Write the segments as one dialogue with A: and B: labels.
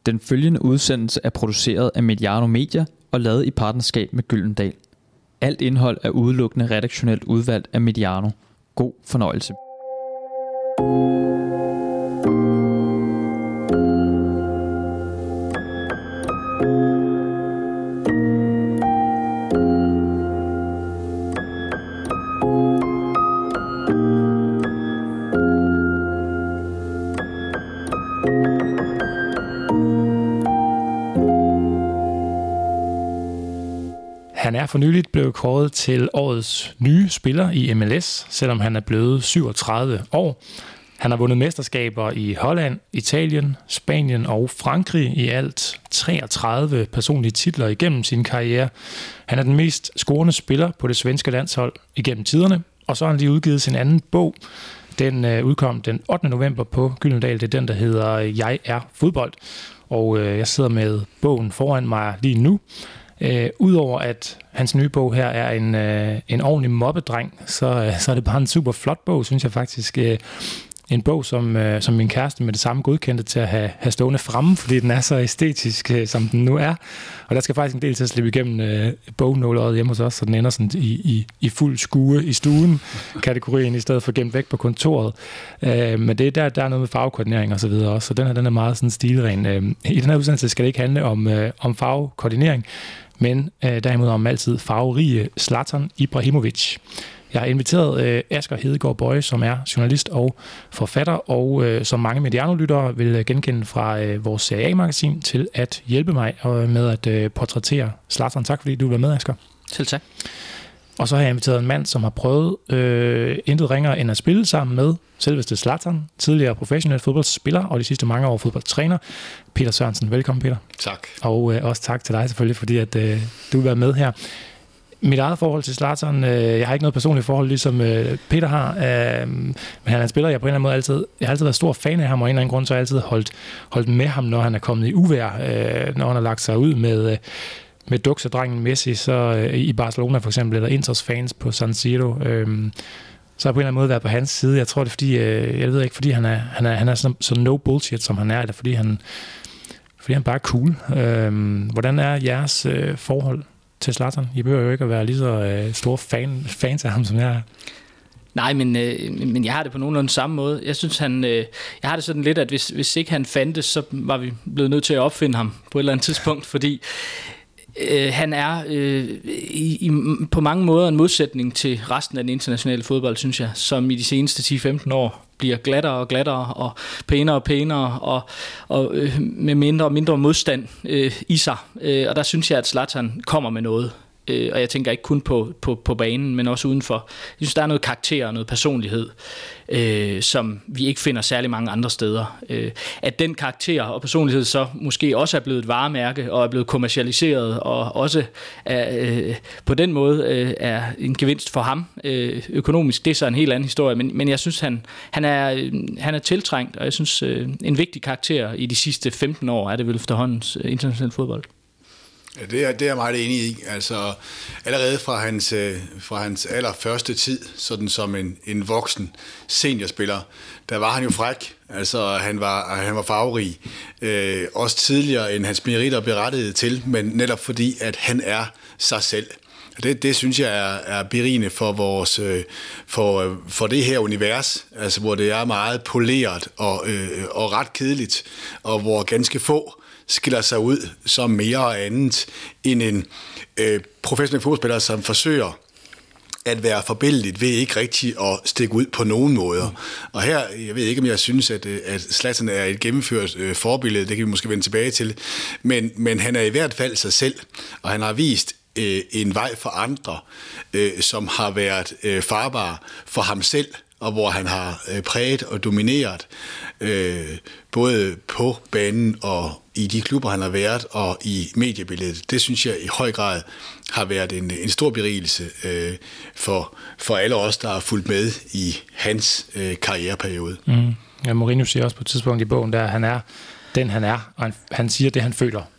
A: Den følgende udsendelse er produceret af Mediano Media og lavet i partnerskab med Gyldendal. Alt indhold er udelukkende redaktionelt udvalgt af Mediano. God fornøjelse.
B: Han er for nyligt blevet kåret til årets nye spiller i MLS, selvom han er blevet 37 år. Han har vundet mesterskaber i Holland, Italien, Spanien og Frankrig, i alt 33 personlige titler igennem sin karriere. Han er den mest scorende spiller på det svenske landshold igennem tiderne, og så har han lige udgivet sin anden bog. Den udkom den 8. november på Gyldendal. Det er den, der hedder Jeg er fodbold, og jeg sidder med bogen foran mig lige nu. Udover at hans nye bog her er en ordentlig mobbedreng, så er det bare en super flot bog, synes jeg faktisk. En bog, som min kæreste med det samme godkendte til at have stående fremme, fordi den er så æstetisk, som den nu er. Og der skal faktisk en del til at slippe igennem bognåløjet hjemme hos os, så den ender sådan i fuld skue i stuen, kategorien, i stedet for gemt væk på kontoret. Men det der er noget med farvekoordinering og så videre også, så den er meget sådan stilren. I den her udsendelse skal det ikke handle om farvekoordinering, men derimod om altid farverige Zlatan Ibrahimovic. Jeg har inviteret Asger Hedegaard Boye, som er journalist og forfatter, og som mange Mediano-lyttere vil genkende fra vores Serie A-magasin, til at hjælpe mig med at portrættere Zlatan. Tak fordi du vil med, Asger.
A: Selv tak.
B: Og så har jeg inviteret en mand, som har prøvet intet ringere end at spille sammen med selveste Zlatan, tidligere professionel fodboldspiller og de sidste mange år fodboldtræner, Peter Sørensen. Velkommen, Peter.
C: Tak.
B: Og også tak til dig selvfølgelig, fordi at du vil være med her. Mit eget forhold til Zlatan, jeg har ikke noget personligt forhold, ligesom Peter har, men han er en spiller, jeg på en eller anden måde jeg har altid været stor fan af ham, og en eller anden grund, så har jeg altid holdt med ham, når han er kommet i uvejr, når han har lagt sig ud med duksedrengen Messi, så i Barcelona for eksempel, eller Inters fans på San Siro, så har jeg på en eller anden måde været på hans side. Jeg tror det er fordi, jeg ved ikke, fordi han er så no bullshit, som han er, eller fordi han bare er cool. Hvordan er jeres forhold til Zlatan? I behøver jo ikke at være lige så store fans af ham, som jeg er.
D: Nej, men jeg har det på nogenlunde samme måde. Jeg synes, jeg har det sådan lidt, at hvis ikke han fandtes, så var vi blevet nødt til at opfinde ham på et eller andet tidspunkt, fordi han er på mange måder en modsætning til resten af den internationale fodbold, synes jeg, som i de seneste 10-15 år bliver glattere og glattere og pænere og pænere og med mindre og mindre modstand i sig. Og der synes jeg, at Zlatan kommer med noget. Og jeg tænker ikke kun på banen, men også udenfor. Jeg synes, der er noget karakter og noget personlighed, som vi ikke finder særlig mange andre steder. At den karakter og personlighed så måske også er blevet et varemærke og er blevet kommercialiseret, og også på den måde er en gevinst for ham økonomisk, det er så en helt anden historie. Men jeg synes, han er tiltrængt, og jeg synes, en vigtig karakter i de sidste 15 år er det vel efterhåndens international fodbold.
C: Ja, det er jeg meget enig i. Altså, allerede fra hans allerførste tid, sådan som en voksen seniorspiller, der var han jo fræk. Altså, han var farverig. Også tidligere end hans meritter berettigede til, men netop fordi, at han er sig selv. Det synes jeg er berigende for det her univers, altså hvor det er meget poleret og ret kedeligt, og hvor ganske få skiller sig ud som mere og andet end en professionel fodboldspiller, som forsøger at være forbilledligt ved ikke rigtig at stikke ud på nogen måder. Og her, jeg ved ikke, om jeg synes, at Zlatan er et gennemført forbillede, det kan vi måske vende tilbage til, men han er i hvert fald sig selv, og han har vist en vej for andre, som har været farbar for ham selv, og hvor han har præget og domineret både på banen og i de klubber, han har været, og i mediebilledet. Det synes jeg i høj grad har været en stor berigelse for alle os, der har fulgt med i hans karriereperiode.
B: Ja, Mourinho siger også på et tidspunkt i bogen, der han er den, han er, og han siger det, han føler.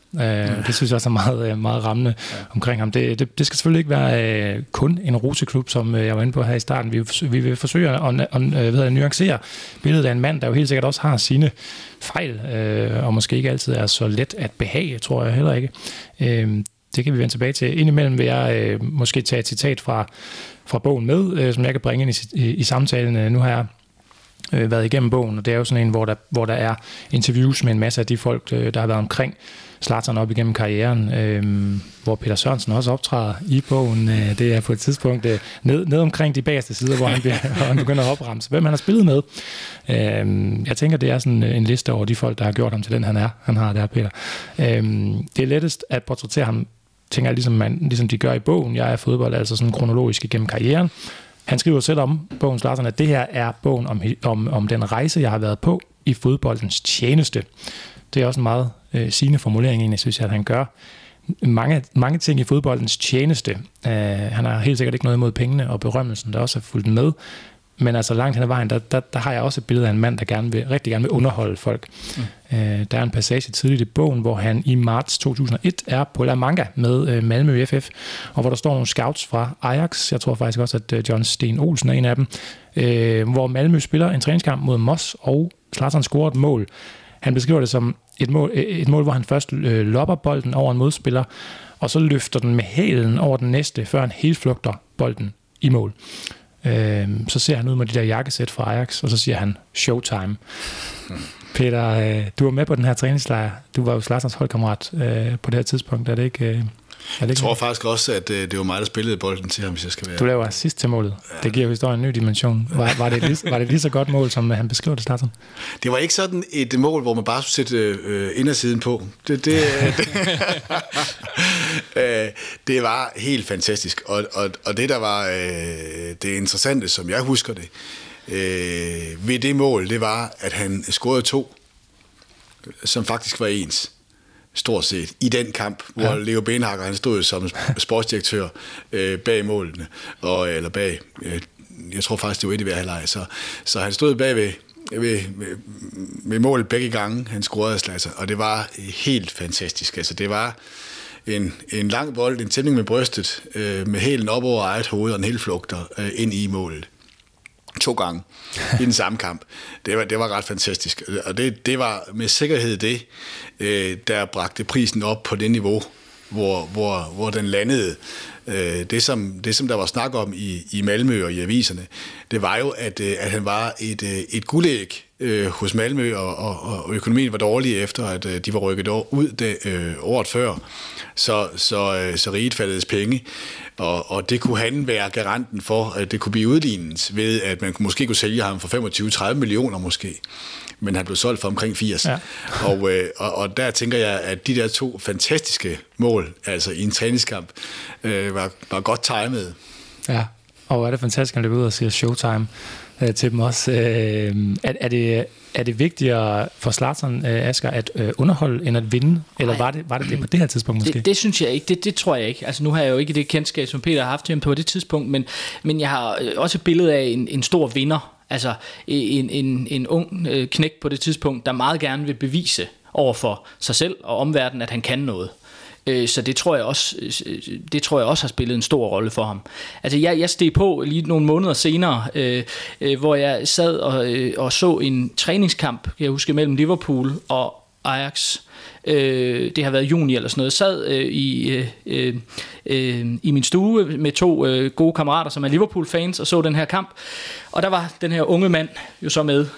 B: Det synes jeg også er meget, meget rammende omkring ham. Det skal selvfølgelig ikke være kun en roseklub, som jeg var inde på her i starten. Vi vil forsøge at nuancere billedet af en mand, der jo helt sikkert også har sine fejl, og måske ikke altid er så let at behage, tror jeg heller ikke. Det kan vi vende tilbage til. Indimellem vil jeg måske tage et citat fra bogen med, som jeg kan bringe ind i samtalen. Nu har jeg været igennem bogen, og det er jo sådan en, hvor der er interviews med en masse af de folk, der har været omkring Zlatan op igennem karrieren, hvor Peter Sørensen også optræder i bogen. Det er på et tidspunkt ned omkring de bagerste sider, hvor han begynder at opremse, hvem han har spillet med. Jeg tænker, det er sådan en liste over de folk, der har gjort ham til den, han har der, Peter. Det er lettest at portrættere ham, tænker jeg, ligesom de gør i bogen. Jeg er fodbold, altså sådan kronologisk igennem karrieren. Han skriver selv om bogen, Zlatan, at det her er bogen om den rejse, jeg har været på i fodboldens tjeneste. Det er også en meget sigende formulering, egentlig, synes jeg, at han gør. Mange ting i fodboldens tjeneste. Han har helt sikkert ikke noget imod pengene og berømmelsen, der også er fulgt med. Men altså langt hen ad vejen, der har jeg også et billede af en mand, der rigtig gerne vil underholde folk. Der er en passage tidligt i bogen, hvor han i marts 2001 er på La Manga med Malmö FF, og hvor der står nogle scouts fra Ajax. Jeg tror faktisk også, at John Sten Olsen er en af dem. Hvor Malmö spiller en træningskamp mod Moss, og Zlatan scorer et mål. Han beskriver det som et mål, hvor han først lopper bolden over en modspiller, og så løfter den med hælen over den næste, før han helt flugter bolden i mål. Så ser han ud med de der jakkesæt fra Ajax, og så siger han showtime. Peter, du var med på den her træningslejr. Du var jo Zlatans holdkammerat på det her tidspunkt. Er det ikke?
C: Jeg tror faktisk også, at det var mig, der spillede bolden til ham, hvis jeg skal være.
B: Du laver assist til målet. Det giver jo historien en ny dimension. Var det lige så godt mål, som han beskriver det, Zlatan? Det
C: var ikke sådan et mål, hvor man bare skulle sætte indersiden på. Det var helt fantastisk. Og det, der var det interessante, som jeg husker det, ved det mål, det var, at han scorede 2, som faktisk var ens. Stort set, i den kamp, hvor Leo Benhager, han stod som sportsdirektør bag målene, eller bag, jeg tror faktisk, det var et i hver halvleg, så han stod bag ved målet begge gange, han scorede af Zlatan, og det var helt fantastisk. Altså, det var en lang bold, en tæmning med brystet, med hælen op over eget hoved, og en helt flugter ind i målet. 2 gange i den samme kamp. Det var ret fantastisk. Og det var med sikkerhed det, der bragte prisen op på det niveau, hvor den landede. Det som der var snak om i Malmø og i aviserne, det var jo, at han var et guldæg hos Malmø, og økonomien var dårlig efter, at de var rykket ud året før. Så riget faldedes penge, og det kunne han være garanten for, at det kunne blive udlignet ved, at man måske kunne sælge ham for 25-30 millioner måske. Men han blev solgt for omkring 80. Ja. Og der tænker jeg, at de der 2 fantastiske mål, altså i en træningskamp, var godt timet. Ja,
B: og er det fantastisk, at han løber ud og siger showtime til dem også. Er det vigtigere for Zlatan, Asger, at underholde end at vinde? Eller var det på det her tidspunkt måske?
D: Det synes jeg ikke. Det tror jeg ikke. Altså nu har jeg jo ikke det kendskab, som Peter har haft til ham på det tidspunkt, men jeg har også et billede af en stor vinder. Altså en ung knæk på det tidspunkt, der meget gerne vil bevise over for sig selv og omverdenen, at han kan noget. Så det tror jeg også har spillet en stor rolle for ham. Altså jeg steg på lige nogle måneder senere, hvor jeg sad og så en træningskamp, kan jeg huske, mellem Liverpool og Ajax. Det har været juni eller sådan noget. Sad i min stue med 2 gode kammerater, som er Liverpool-fans, og så den her kamp. Og der var den her unge mand jo så med.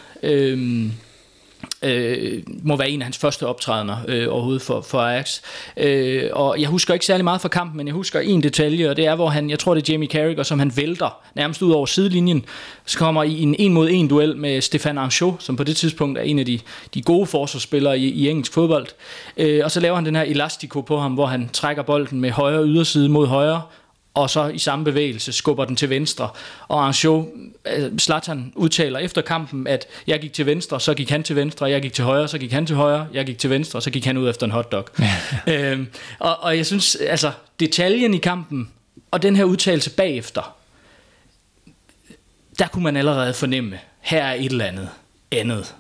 D: Må være en af hans første optrædener overhovedet for Ajax. Og jeg husker ikke særlig meget fra kampen, men jeg husker en detalje, og det er, hvor jeg tror det er Jamie Carragher, som han vælter nærmest ud over sidelinjen, så kommer i en 1-mod-1 duel med Stéphane Anchot, som på det tidspunkt er en af de gode forsvarsspillere i engelsk fodbold. Og så laver han den her elastico på ham, hvor han trækker bolden med højre yderside mod højre, og så i samme bevægelse skubber den til venstre. Og Anchot, Zlatan udtaler efter kampen, at jeg gik til venstre, så gik han til venstre, jeg gik til højre, så gik han til højre, jeg gik til venstre, så gik han ud efter en hotdog. Og jeg synes, altså, detaljen i kampen, og den her udtalelse bagefter, der kunne man allerede fornemme, her er et eller andet.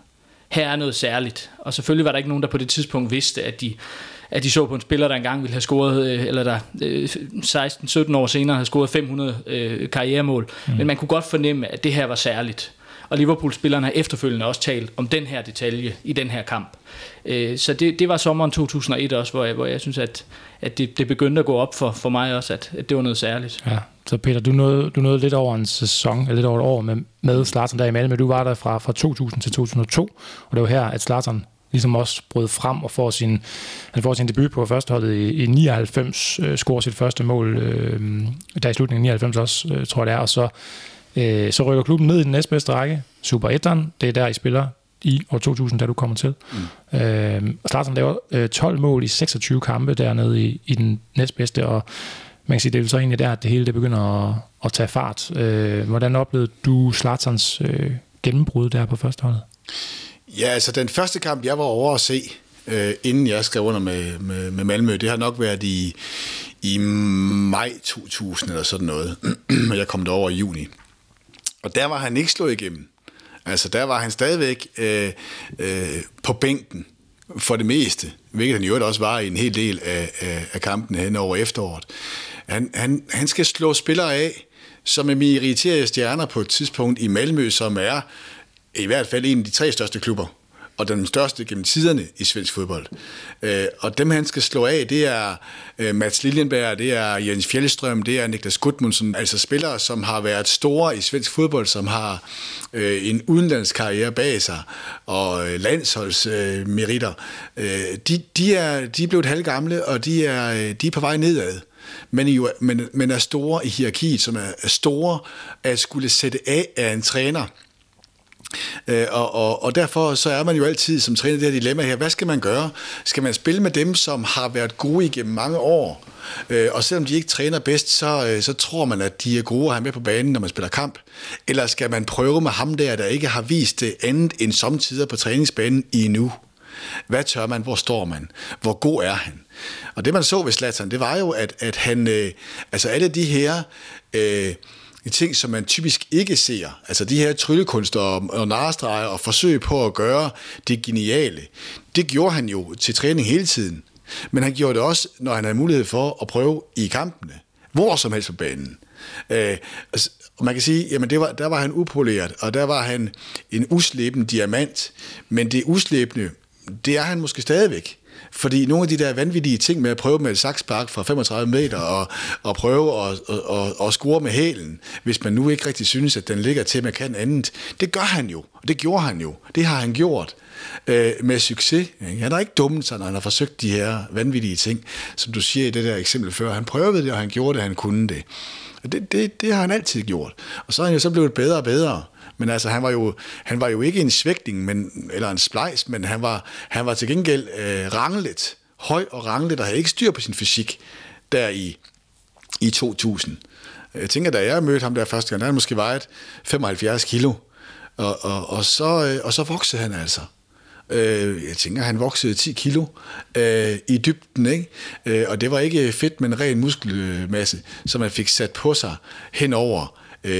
D: her er noget særligt. Og selvfølgelig var der ikke nogen, der på det tidspunkt vidste, at de så på en spiller, der engang ville have scoret, eller der 16-17 år senere havde scoret 500 karrieremål. Men man kunne godt fornemme, at det her var særligt. Og Liverpool-spillerne har efterfølgende også talt om den her detalje i den her kamp. Så det var sommeren 2001 også, hvor jeg synes, at det begyndte at gå op for mig også, at det var noget særligt.
B: Ja, så Peter, du nåede lidt over en sæson, eller lidt over et år med Zlatan der i Malmø. Du var der fra 2000 til 2002, og det var her, at Zlatan ligesom også brød frem og får sin debut på førsteholdet i 99, scorer sit første mål, der i slutningen af 99 også, tror jeg det er, og så rykker klubben ned i den næstbedste række, Super 1'eren, det er der, I spiller i år 2000, da du kommer til. Zlatan laver 12 mål i 26 kampe dernede i den næstbedste, og man kan sige, det er jo så egentlig der, at det hele det begynder at tage fart. Hvordan oplevede du Zlatans gennembrud der på førsteholdet?
C: Ja, altså den første kamp, jeg var over at se, inden jeg skrev under med Malmø, det har nok været i maj 2000 eller sådan noget, og jeg kom derover i juni. Og der var han ikke slået igennem. Altså der var han stadigvæk på bænken for det meste, hvilket han jo også var i en hel del af kampen hen over efteråret. Han skal slå spillere af, som er meriterede stjerner på et tidspunkt i Malmø, som er i hvert fald en af de 3 største klubber, og den største gennem tiderne i svensk fodbold. Og dem, han skal slå af, det er Mats Liljenberg, det er Jens Fjällström, det er Niklas Gudmundsson, altså spillere, som har været store i svensk fodbold, som har en udenlandsk karriere bag sig, og landsholdsmeritter. De er blevet halvgamle, og de er på vej nedad. Men er store i hierarkiet, som er store at skulle sætte af en træner. Og derfor så er man jo altid som træner det her dilemma her. Hvad skal man gøre? Skal man spille med dem, som har været gode igennem mange år? Og selvom de ikke træner bedst, så tror man, at de er gode at have med på banen, når man spiller kamp. Eller skal man prøve med ham der ikke har vist det andet end sommetider på træningsbanen i nu? Hvad tør man? Hvor står man? Hvor god er han? Og det man så ved Zlatan, det var jo, at han, altså alle de her ting, som man typisk ikke ser, altså de her tryllekunster og narrestreger og forsøg på at gøre det geniale, det gjorde han jo til træning hele tiden. Men han gjorde det også, når han havde mulighed for at prøve i kampene, hvor som helst på banen. Og man kan sige, jamen der var han upoleret, og der var han en uslæbende diamant, men det uslæbende, det er han måske stadigvæk. Fordi nogle af de der vanvittige ting med at prøve med et sakspark fra 35 meter og prøve at score med hælen, hvis man nu ikke rigtig synes, at den ligger til, at man kan andet, det gør han jo. Det gjorde han jo. Det har han gjort med succes. Han har ikke dummet sig, når han har forsøgt de her vanvittige ting, som du siger i det der eksempel før. Han prøvede det, og han gjorde det, han kunne det. Det har han altid gjort. Og så er han jo så blevet bedre og bedre. Men altså, han var jo ikke en svægtning, eller en splejs, men han var til gengæld ranglet, høj og ranglet, og havde ikke styr på sin fysik der i 2000. Jeg tænker, da jeg mødte ham der første gang, der havde han måske vejet 75 kilo, og så voksede han altså. Jeg tænker, han voksede 10 kilo i dybden, ikke? Og det var ikke fedt, men ren muskelmasse, som man fik sat på sig henover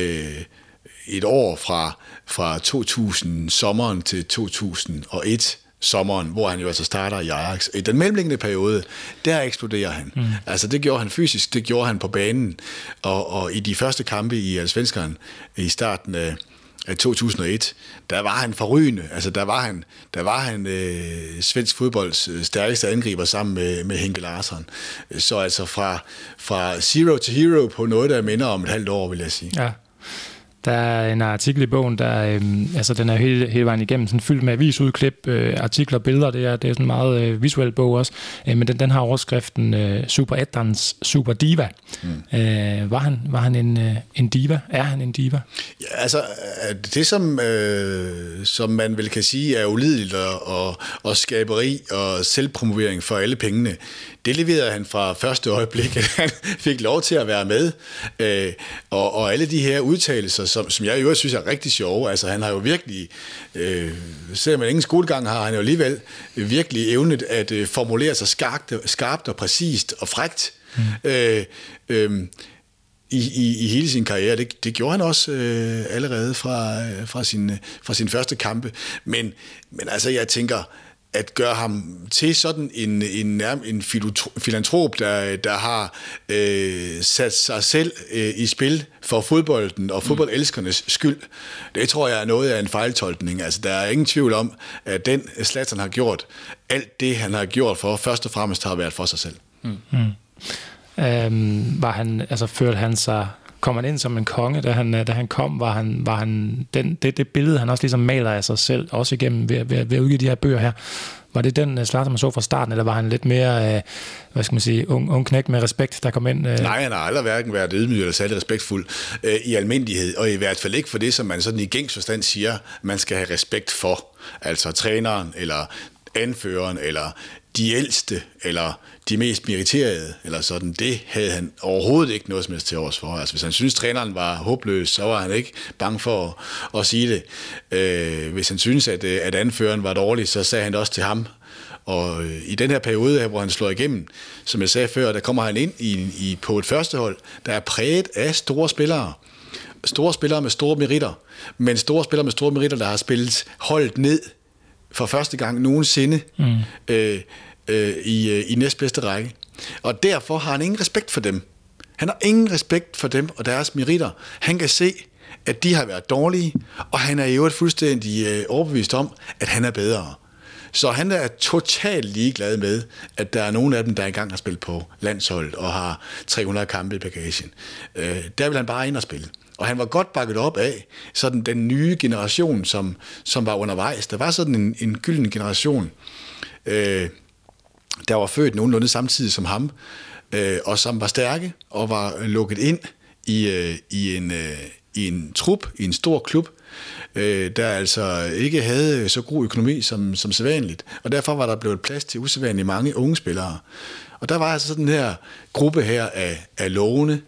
C: et år fra 2000 sommeren til 2001 sommeren, hvor han jo altså starter i Ajax. I den mellemliggende periode, der eksploderer han. Altså det gjorde han fysisk, det gjorde han på banen, og i de første kampe i Allsvenskan i starten af 2001, der var han forrygende. Altså der var han svensk fodbolds stærkeste angriber sammen med Henke Larsson. Så altså fra zero to hero på noget, der minder om et halvt år, vil jeg sige.
B: Ja. Der er en artikel i bogen, der altså den er hele vejen igennem sådan fyldt med avisudklip, artikler, billeder. Det er sådan en meget visuel bog også, men den har overskriften Super 1'erens Super Diva. Var han en diva? Er han en diva?
C: Ja, altså det som man vel kan sige er ulideligt og skaberi og selvpromovering for alle pengene, det leverede han fra første øjeblik, at han fik lov til at være med. Og alle de her udtalelser, som jeg jo synes er rigtig sjove, altså han har jo virkelig, selvom man ingen skolegang har han jo alligevel virkelig evnet at formulere sig skarpt og præcist og frækt. i hele sin karriere. Det gjorde han også allerede fra sin første kampe. Men altså, jeg tænker, at gøre ham til sådan en filantrop, der har sat sig selv i spil for fodbolden og fodboldelskernes skyld, det tror jeg er noget af en fejltolkning. Altså, der er ingen tvivl om, at den Zlatan har gjort, alt det, han har gjort for, først og fremmest har været for sig selv.
B: Var han, altså følte han sig, kom han ind som en konge, da han kom, var han det billede, han også ligesom maler af sig selv, også igennem ved at udgive de her bøger her, var det den Zlatan, man så fra starten, eller var han lidt mere, hvad skal man sige, ung knægt med respekt, der kom ind?
C: Nej, han har aldrig hverken været ydmyg eller særlig respektfuld i almindelighed, og i hvert fald ikke for det, som man sådan i gængs forstand siger, man skal have respekt for. Altså træneren, eller anføreren, eller de ældste, eller de mest meriterede, eller sådan, det havde han overhovedet ikke noget som helst til års for. Altså, hvis han synes træneren var håbløs, så var han ikke bange for at sige det. Hvis han synes at anføreren var dårlig, så sagde han det også til ham. Og i den her periode her, hvor han slår igennem, som jeg sagde før, der kommer han ind på et førstehold, der er præget af store spillere. Store spillere med store meritter, men store spillere med store meritter, der har spillet holdet ned for første gang nogensinde i næstbedste række. Og derfor har han ingen respekt for dem. Han har ingen respekt for dem og deres meritter. Han kan se, at de har været dårlige, og han er i øvrigt fuldstændig overbevist om, at han er bedre. Så han er totalt ligeglad med, at der er nogle af dem, der engang har spillet på landsholdet og har 300 kampe i bagagen. Der vil han bare ind og spille. Og han var godt bakket op af sådan den nye generation, som var undervejs. Der var sådan en gylden generation, der var født nogenlunde samtidig som ham, og som var stærke og var lukket ind i en trup, i en stor klub, der altså ikke havde så god økonomi som sædvanligt. Og derfor var der blevet plads til usædvanligt mange unge spillere. Og der var altså sådan den her gruppe her af lovende,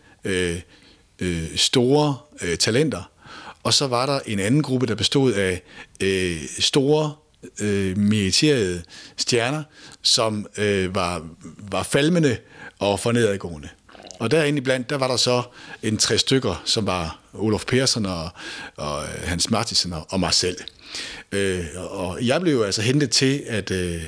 C: store talenter. Og så var der en anden gruppe, der bestod af store, meriterede stjerner, som var falmende og for nedadgående. Og derinde iblandt, der var der så 3 stykker, som var Olof Persson og Hans Martinsen og mig selv. Og jeg blev jo altså hentet til, at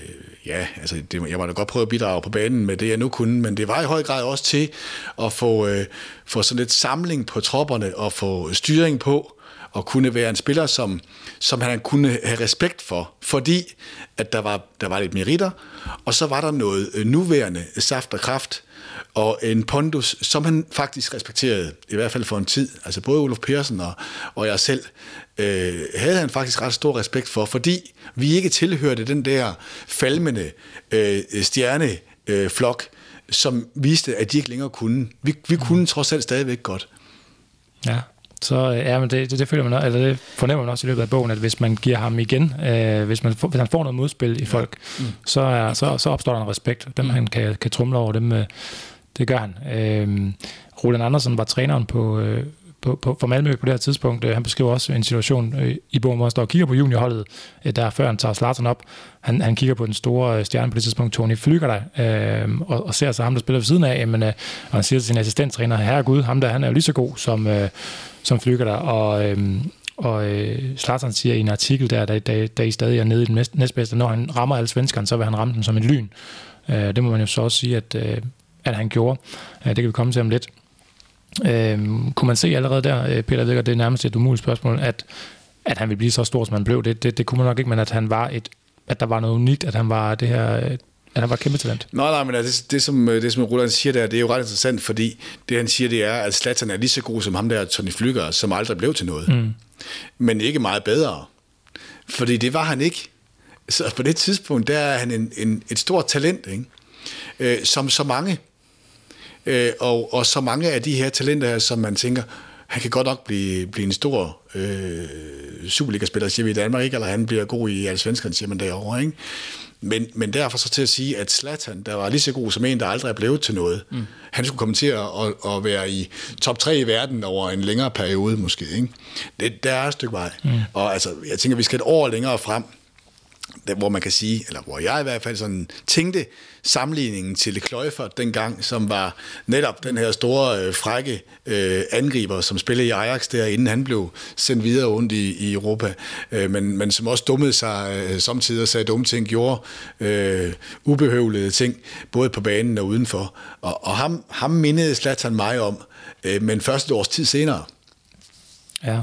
C: jeg var da godt prøve at bidrage på banen med det, jeg nu kunne, men det var i høj grad også til at få sådan lidt samling på tropperne og få styring på, og kunne være en spiller, som han kunne have respekt for, fordi at der var lidt meritter, og så var der noget nuværende saft og kraft, og en pondus, som han faktisk respekterede, i hvert fald for en tid. Altså både Olof Persson og jeg selv, havde han faktisk ret stor respekt for, fordi vi ikke tilhørte den der falmende stjerneflok, som viste, at de ikke længere kunne. Vi kunne trods alt stadigvæk godt.
B: Ja. Så men det føler man, eller det fornemmer man også i løbet af bogen, at hvis man giver ham igen, hvis han får noget modspil i folk, så opstår der en respekt. Dem han kan trumle over, dem det gør han. Roland Andersen var træneren for Malmø på det her tidspunkt. Han beskriver også en situation i bogen, hvor han står og kigger på juniorholdet, der før han tager Zlatan op. Han kigger på den store stjerne på det tidspunkt, Tony Flügger, og ser så ham, der spiller ved siden af, og han siger til sin assistenttræner, herregud, ham der, han er jo lige så god som Flügger, og Zlatan siger i en artikel der I stadig er nede i den næstbedste, når han rammer alle svenskerne, så vil han ramme dem som en lyn. Det må man jo så også sige, at han gjorde. Det kan vi komme til om lidt. Kunne man se allerede der, Peter Vækker, det er nærmest et umuligt spørgsmål, at han ville blive så stor, som han blev. Det kunne man nok ikke, men at han var at der var noget unikt, at han var det her, at han var kæmpe talent.
C: Nej, men det som Roland siger der, det er jo ret interessant, fordi det han siger, det er, at Zlatan er lige så god som ham der, Tony Flügger, som aldrig blev til noget. Men ikke meget bedre. Fordi det var han ikke. Så på det tidspunkt, der er han et stort talent, ikke? Som så mange. Og så mange af de her talenter her, som man tænker, han kan godt nok blive en stor Superliga-spiller, siger vi i Danmark, ikke? Eller han bliver god i Allsvenskan, siger man derovre, ikke? Men derfor så til at sige, at Zlatan, der var lige så god som en, der aldrig er blevet til noget, han skulle komme til at være i top 3 i verden over en længere periode måske, ikke? Der er et stykke vej. Og altså, jeg tænker, vi skal et år længere frem, hvor man kan sige, eller hvor jeg i hvert fald sådan tænkte sammenligningen til Kluivert dengang, som var netop den her store, frække angriber, som spillede i Ajax der, inden han blev sendt videre rundt i Europa, men som også dummede sig samtidig og sagde dumme ting, gjorde ubehøvlede ting, både på banen og udenfor. Og ham mindede Zlatan mig om, men først et års tid senere.
B: Ja,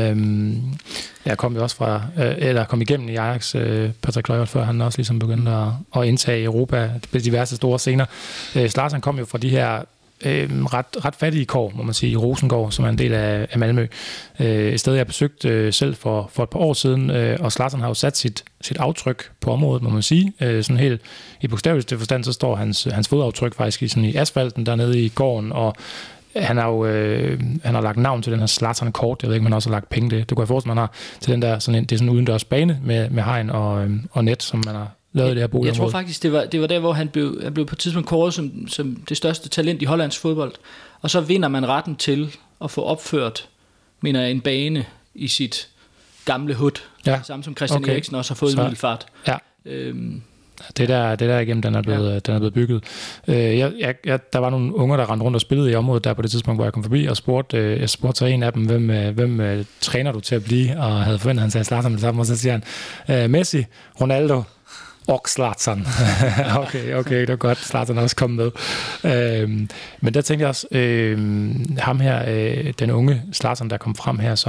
B: jeg kom jo også fra, eller kom igennem i Ajax, Patrick Kluivert, før han også ligesom begyndte at indtage Europa på diverse store scener. Zlatan kom jo fra de her ret fattige kår, må man sige, i Rosengård, som er en del af Malmø. Et sted, jeg besøgte selv for et par år siden, og Zlatan har jo sat sit aftryk på området, må man sige. Sådan helt i bogstaveligste forstand, så står hans fodaftryk faktisk i asfalten dernede i gården, og han har lagt navn til den her Zlatan-kort. Jeg ved ikke, om han også har lagt penge det. Det kunne jeg forestille, man har til den der, det er sådan en udendørs bane med hegn og net, som man har lavet i det her boligområde.
D: Jeg tror faktisk, det var der, hvor han blev på et tidspunkt kåret som det største talent i hollandsk fodbold. Og så vinder man retten til at få opført, mener jeg, en bane i sit gamle hud. Ja. Samme som Christian Eriksen også har fået i Middelfart. Ja.
B: Det der igennem, den er blevet bygget. Der var nogle unger, der rendte rundt og spillede i området der på det tidspunkt, hvor jeg kom forbi, og jeg spurgte til en af dem, hvem træner du til at blive, og havde forventet, at han sagde Zlatan med det samme, og så siger han, Messi, Ronaldo og Zlatan. okay, det var godt, Zlatan er også kommet med. Men der tænkte jeg også, ham her, den unge Zlatan, der kom frem her,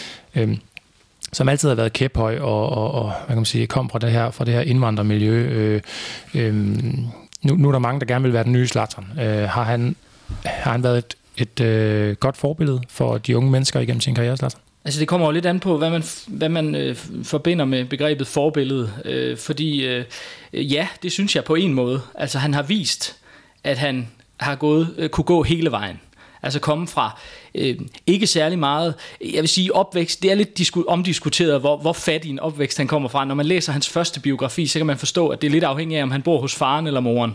B: som altid har været kæphøj og hvad kan man sige, kom fra det her indvandrermiljø. Nu er der mange, der gerne vil være den nye Zlatan. Har han været et godt forbillede for de unge mennesker igennem sin karriere, Zlatan?
D: Altså det kommer jo lidt an på, hvad man forbinder med begrebet forbillede. Fordi ja, det synes jeg på en måde. Altså han har vist, at han har kunne gå hele vejen. Altså komme fra ikke særlig meget, jeg vil sige opvækst, det er lidt omdiskuteret, hvor fattig en opvækst han kommer fra. Når man læser hans første biografi, så kan man forstå, at det er lidt afhængigt af, om han bor hos faren eller moren.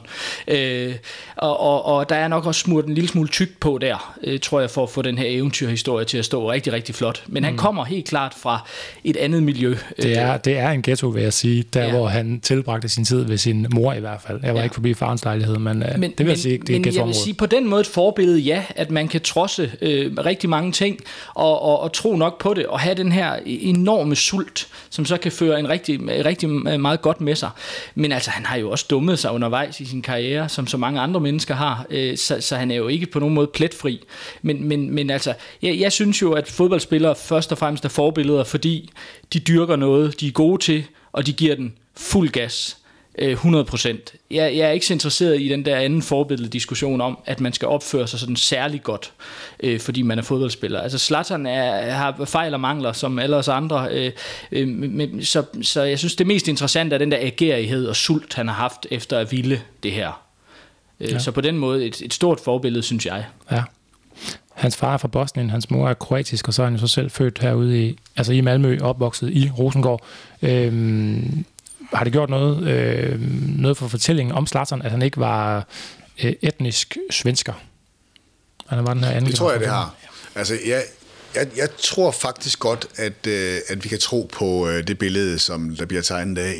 D: Og der er nok også smurt en lille smule tykt på der, tror jeg, for at få den her eventyrhistorie til at stå rigtig, rigtig flot. Men han kommer helt klart fra et andet miljø.
B: Det er en ghetto, vil jeg sige, hvor han tilbragte sin tid ved sin mor i hvert fald. Jeg var ikke forbi farens lejlighed, men det vil jeg sige, det er et ghettoområde. Jeg vil sige, på den måde et forbillede, ja, at man kan trodse rigtig mange ting, og tro nok på det, og have den her enorme sult, som så kan føre en rigtig meget godt med sig. Men altså, han har jo også dummet sig undervejs i sin karriere, som så mange andre mennesker har, så han er jo ikke på nogen måde pletfri. Men altså, jeg synes jo, at fodboldspillere først og fremmest er forbilleder, fordi de dyrker noget, de er gode til, og de giver den fuld gas. 100%. Jeg er ikke så interesseret i den der anden forbilleddiskussion om, at man skal opføre sig sådan særlig godt, fordi man er fodboldspiller. Altså Zlatan har fejl og mangler, som alle os andre, så jeg synes, det mest interessante er den der agerighed og sult, han har haft efter at ville det her. Ja. Så på den måde et stort forbillede, synes jeg. Ja. Hans far er fra Bosnien, hans mor er kroatisk, og så er han jo så selv født herude i Malmø, opvokset i Rosengård. Har det gjort noget for fortællingen om Zlatan, at han ikke var etnisk svensker? Han var den her anden.
C: Det tror jeg, det har. Altså, jeg tror faktisk godt, at vi kan tro på det billede, som der bliver tegnet af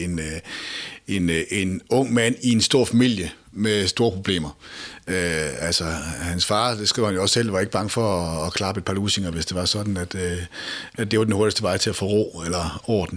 C: en ung mand i en stor familie med store problemer. Altså, hans far, det skriver han jo også selv, var ikke bange for at klappe et par lusinger, hvis det var sådan, at det var den hurtigste vej til at få ro eller orden.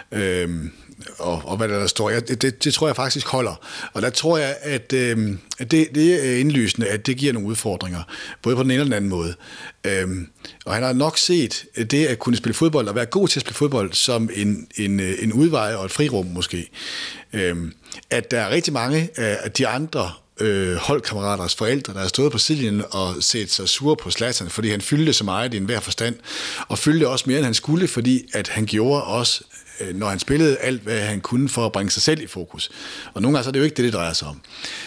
C: Og hvad der står. Det tror jeg faktisk holder. Og der tror jeg, at det er indlysende, at det giver nogle udfordringer, både på den ene eller den anden måde. Og han har nok set det at kunne spille fodbold, og være god til at spille fodbold, som en udvej og et frirum måske. At der er rigtig mange af de andre holdkammeraters forældre, der har stået på sidelinjen og set sig sure på Zlatan, fordi han fyldte så meget i enhver forstand, og fyldte også mere, end han skulle, fordi at han gjorde også, når han spillede alt, hvad han kunne for at bringe sig selv i fokus. Og nogle gange så er det jo ikke det drejer sig om.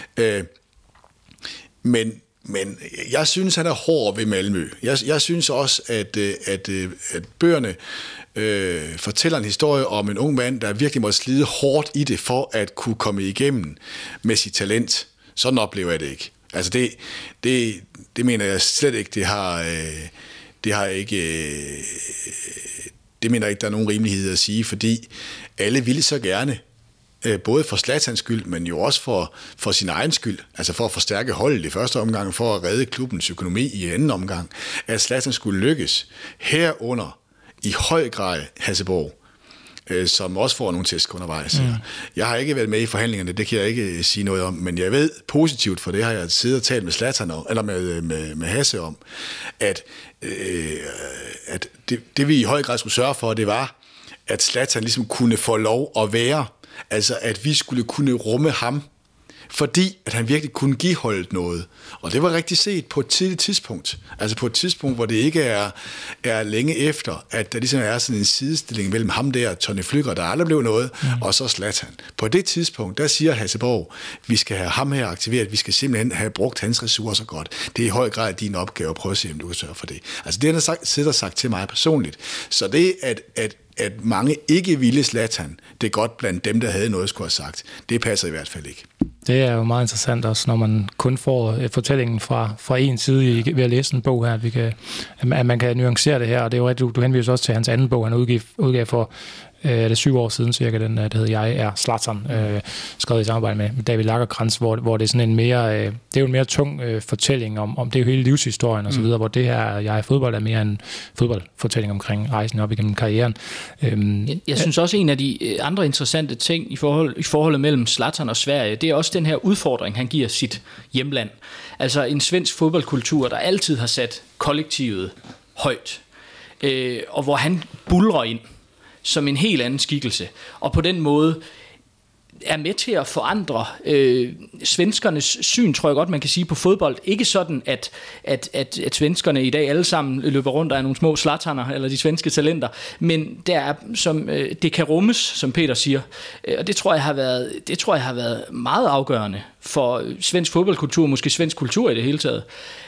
C: Men jeg synes, han er hård ved Malmø. Jeg synes også, at bøgerne fortæller en historie om en ung mand, der virkelig må slide hårdt i det, for at kunne komme igennem med sit talent. Sådan oplever jeg det ikke. Altså det mener jeg slet ikke, det har ikke... Det mener jeg ikke, der er nogen rimelighed at sige, fordi alle ville så gerne både for Zlatans skyld, men jo også for sin egen skyld, altså for at forstærke holdet i første omgang, for at redde klubbens økonomi i anden omgang, at Zlatan skulle lykkes herunder i høj grad Hasseborg, som også får nogle tæsk undervejs. Jeg har ikke været med i forhandlingerne, det kan jeg ikke sige noget om, men jeg ved positivt, for det har jeg siddet og talt med Zlatan om, eller med Hasse om, at det vi i høj grad skulle sørge for, det var, at Zlatan ligesom kunne få lov at være, altså at vi skulle kunne rumme ham, fordi at han virkelig kunne give holdet noget. Og det var rigtig set på et tidligt tidspunkt. Altså på et tidspunkt, hvor det ikke er længe efter, at der ligesom er sådan en sidestilling mellem ham der, Tony Flügger, der aldrig blev noget, og så Zlatan. På det tidspunkt, der siger Hasseborg, vi skal have ham her aktiveret, vi skal simpelthen have brugt hans ressourcer godt. Det er i høj grad din opgave at prøve at se, om du kan sørge for det. Altså det har han sagt til mig personligt. Så det, at mange ikke ville Zlatan, det er godt blandt dem, der havde noget, skulle have sagt. Det passer i hvert fald ikke.
B: Det er jo meget interessant også, når man kun får fortællingen fra en side ved at læse en bog her, at man kan nuancere det her, og det er jo rigtigt, du henviser også til hans anden bog, han udgav for det er 7 år siden cirka, den der hedder Jeg er Zlatan, skrevet i samarbejde med David Lagercrantz, hvor det er sådan en mere, det er jo en mere tung fortælling om det er jo hele livshistorien og så videre, hvor det her Jeg er fodbold er mere en fodboldfortælling omkring rejsen op igennem karrieren.
D: Jeg synes også, en af de andre interessante ting i forholdet mellem Zlatan og Sverige, det er også den her udfordring, han giver sit hjemland. Altså en svensk fodboldkultur, der altid har sat kollektivet højt, og hvor han buldrer ind som en helt anden skikkelse, og på den måde er med til at forandre svenskernes syn, tror jeg godt, man kan sige, på fodbold. Ikke sådan, at svenskerne i dag alle sammen løber rundt og er nogle små Zlataner, eller de svenske talenter, men der er, som det kan rummes, som Peter siger, og det tror jeg har været meget afgørende for svensk fodboldkultur, måske svensk kultur i det hele taget,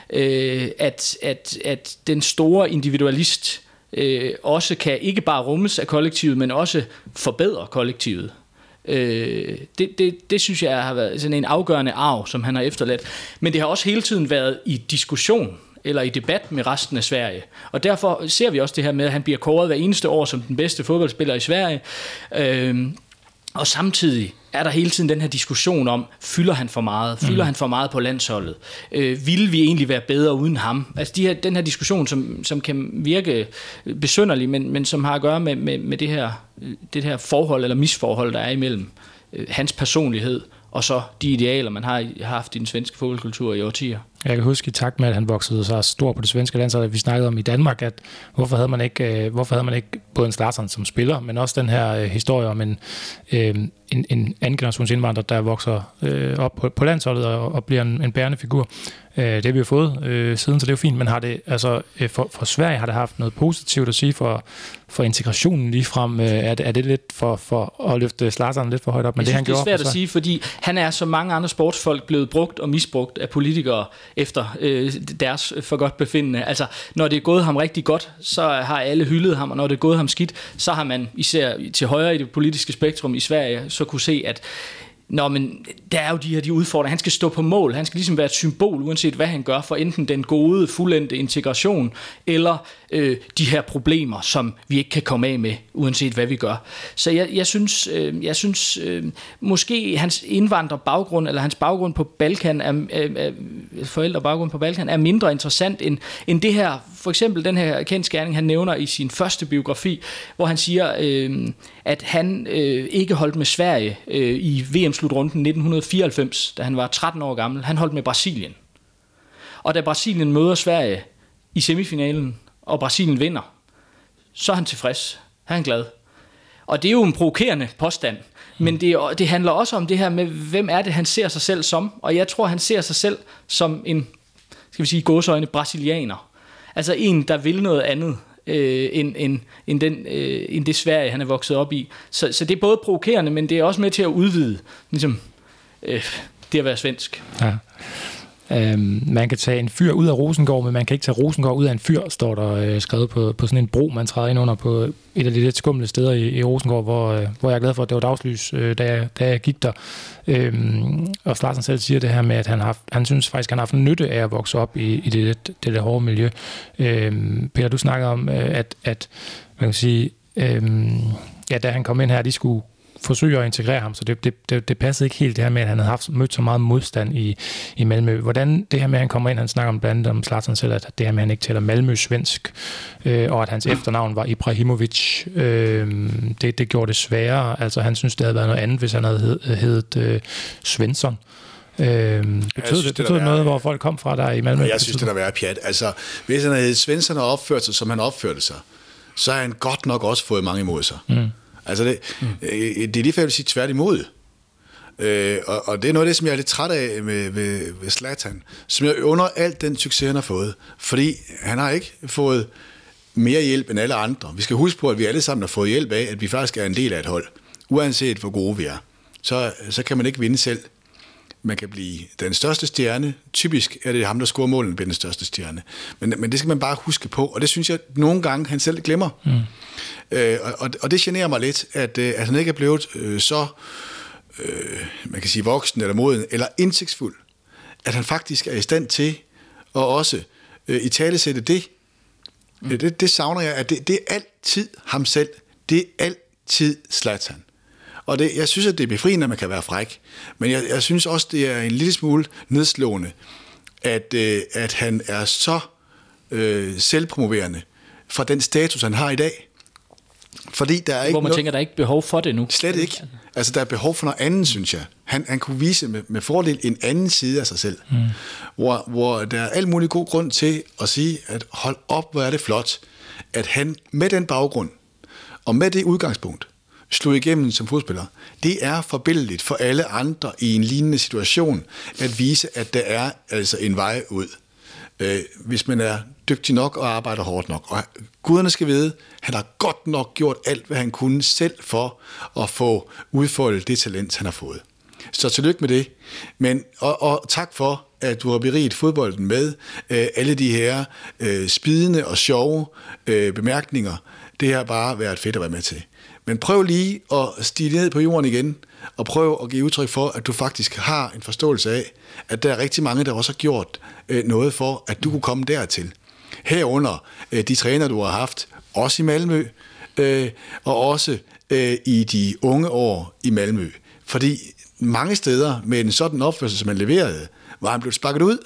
D: at den store individualist også kan ikke bare rummes af kollektivet, men også forbedre kollektivet. Det synes jeg har været sådan en afgørende arv, som han har efterladt. Men det har også hele tiden været i diskussion eller i debat med resten af Sverige. Og derfor ser vi også det her med, at han bliver kåret hver eneste år som den bedste fodboldspiller i Sverige. Og samtidig er der hele tiden den her diskussion om, fylder han for meget? Fylder han for meget på landsholdet? Vil vi egentlig være bedre uden ham? Altså den her diskussion, som kan virke besynderlig, men som har at gøre med det her forhold eller misforhold, der er imellem hans personlighed og så de idealer, man har haft i den svenske fodboldkultur i årtier. Jeg
B: kan huske i takt med, at han voksede sig stor på det svenske landshold, at vi snakkede om i Danmark, at hvorfor havde man ikke både en Zlatan som spiller, men også den her historie om en anden generations indvandrer, der vokser op på landsholdet og bliver en bærende figur. Det har vi jo fået siden, så det er jo fint, men har det, altså, for Sverige har det haft noget positivt at sige for integrationen lige frem. Er det lidt for at løfte Zlatan lidt for højt op? Men
D: det er svært at sige, fordi han er som mange andre sportsfolk blevet brugt og misbrugt af politikere efter deres for godt befindende. Altså, når det er gået ham rigtig godt, så har alle hyldet ham, og når det er gået ham skidt, så har man især til højre i det politiske spektrum i Sverige så kunne se, at men der er jo de udfordringer. Han skal stå på mål. Han skal ligesom være et symbol, uanset hvad han gør, for enten den gode, fuldendte integration, eller de her problemer, som vi ikke kan komme af med, uanset hvad vi gør. Så jeg synes måske hans indvandrerbaggrund, eller hans baggrund på Balkan, forældrebaggrund på Balkan, er mindre interessant end det her, for eksempel den her kendsgerning, han nævner i sin første biografi, hvor han siger, at han ikke holdt med Sverige i VM-slutrunden 1994, da han var 13 år gammel. Han holdt med Brasilien. Og da Brasilien møder Sverige i semifinalen, og Brasilien vinder, så er han tilfreds. Han er glad. Og det er jo en provokerende påstand, men det handler også om det her med, hvem er det, han ser sig selv som. Og jeg tror, han ser sig selv som en, skal vi sige, gåseøjne brasilianer. Altså en, der vil noget andet end det Sverige, han er vokset op i. Så det er både provokerende, men det er også med til at udvide ligesom, det at være svensk. Ja.
B: Man kan tage en fyr ud af Rosengård, men man kan ikke tage Rosengård ud af en fyr, står der skrevet på sådan en bro, man træder ind under på et af de lidt skumle steder i Rosengård, hvor jeg er glad for, at det var dagslys, da jeg gik der. Og Zlatan selv siger det her med, at han synes faktisk, han har haft nytte af at vokse op i det lidt hårde miljø. Peter, du snakker om, at man kan sige, da han kom ind her, de skulle forsøge at integrere ham, så det passede ikke helt det her med, at han havde mødt så meget modstand i Malmø. Hvordan det her med, at han kommer ind, han snakker blandt andet om Zlatan selv, at det her med, at han ikke taler Malmø-svensk, og at hans efternavn var Ibrahimovic, det gjorde det sværere. Altså han synes, det havde været noget andet, hvis han havde heddet Svensson. Betød det noget, hvor folk kom fra der i Malmø?
C: Jeg synes, det der var pjat. Altså, hvis han havde heddet Svensson og opført sig, som han opførte sig, så har han godt nok også fået mange imod sig. Altså det er lige før, jeg vil sige tværtimod. Og det er noget af det, som jeg er lidt træt af ved Zlatan, som jeg under alt den succes, han har fået. Fordi han har ikke fået mere hjælp end alle andre. Vi skal huske på, at vi alle sammen har fået hjælp af, at vi faktisk er en del af et hold. Uanset hvor gode vi er. Så kan man ikke vinde selv. Man kan blive den største stjerne. Typisk er det ham, der scorer målen, bliver den største stjerne. Men det skal man bare huske på, og det synes jeg nogle gange, han selv glemmer. Og det generer mig lidt, at han ikke er blevet så, man kan sige, voksen eller moden, eller indsigtsfuld, at han faktisk er i stand til at også italesætte det. Det savner jeg, at det er altid ham selv. Det er altid Zlatan. Og jeg synes, at det er befriende, at man kan være fræk. Men jeg synes også, det er en lille smule nedslående, at han er så selvpromoverende fra den status, han har i dag. Fordi der er ikke
D: hvor man tænker, der er ikke behov for det nu.
C: Slet ikke. Altså, der er behov for noget andet, synes jeg. Han kunne vise med fordel en anden side af sig selv. Hvor der er alt muligt god grund til at sige, at hold op, hvor er det flot, at han med den baggrund, og med det udgangspunkt, slog igennem som fodspiller. Det er forbilledeligt for alle andre i en lignende situation, at vise, at der er altså en vej ud. Hvis man er dygtig nok og arbejder hårdt nok. Og guderne skal vide, han har godt nok gjort alt, hvad han kunne selv for at få udfoldet det talent, han har fået. Så tillykke med det. Men, og tak for, at du har beriget fodbolden med alle de her spidende og sjove bemærkninger. Det har bare været fedt at være med til. Men prøv lige at stige ned på jorden igen, og prøv at give udtryk for, at du faktisk har en forståelse af, at der er rigtig mange, der også har gjort noget for, at du kunne komme dertil. Herunder de træner, du har haft, også i Malmø, og også i de unge år i Malmø. Fordi mange steder med en sådan opførsel, som han leverede, var han blevet sparket ud.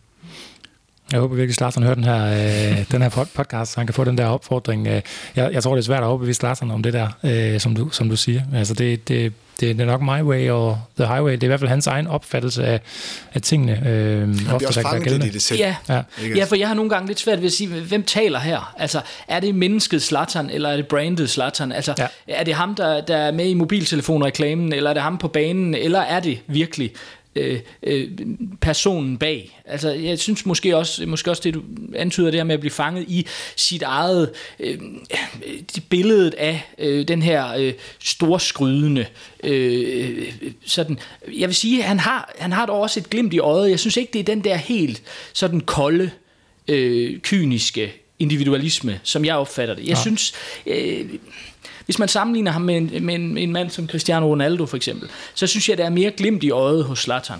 B: Jeg håber virkelig, Zlatan hører den her podcast, så han kan få den der opfordring. Jeg tror, det er svært at overbevise Zlatan om det der, som du siger. Altså, det er nok my way og the highway. Det er i hvert fald hans egen opfattelse af tingene.
C: Han bliver også fanget lidt i det selv.
D: Ja, for jeg har nogle gange lidt svært ved at sige, hvem taler her? Altså, er det mennesket Zlatan, eller er det brandet Zlatan? Altså, er det ham, der er med i mobiltelefonreklamen, eller er det ham på banen, eller er det virkelig personen bag? Altså, jeg synes måske også det, du antyder, det her med at blive fanget i sit eget billedet af den her storskrydende sådan. Jeg vil sige, han har dog også et glimt i øjet. Jeg synes ikke, det er den der helt sådan kolde, kyniske individualisme, som jeg opfatter det. Jeg synes, hvis man sammenligner ham med en mand som Cristiano Ronaldo for eksempel, så synes jeg, der er mere glimt i øjet hos Zlatan.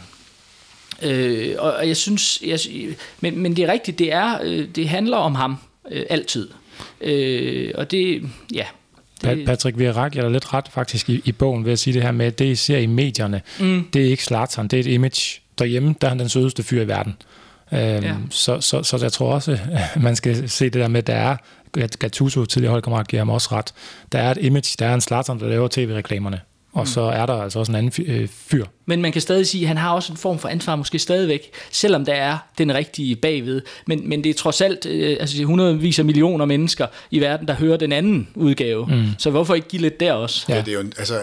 D: Og jeg synes, men det er rigtigt, det handler om ham altid. Og det, ja.
B: Patrick Vieira giver lidt ret faktisk i bogen ved at sige det her med, at det I ser i medierne, det er ikke Zlatan, det er et image. Derhjemme, der er han den sødeste fyr i verden. Så jeg tror også, at man skal se det der med, at der er Gattuso, tidligere holdkammerat, giver ham også ret. Der er et image, der er en Zlatan, der laver tv-reklamerne. Og så er der altså også en anden fyr. Men
D: man kan stadig sige, at han har også en form for ansvar, måske stadigvæk, selvom der er den rigtige bagved. Men det er trods alt altså hundredvis af millioner mennesker i verden, der hører den anden udgave. Så hvorfor ikke give lidt der også?
C: Ja, det er jo altså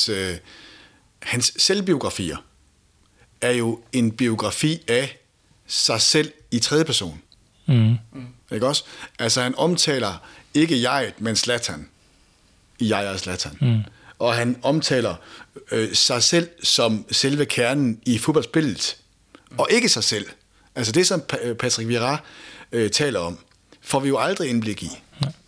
C: hans selvbiografier er jo en biografi af sig selv i tredje person. Ikke også? Altså han omtaler ikke jeg, men Zlatan. Jeg er Zlatan. Og han omtaler sig selv som selve kernen i fodboldspillet. Og ikke sig selv. Altså det, som Patrick Vieira taler om, får vi jo aldrig indblik i.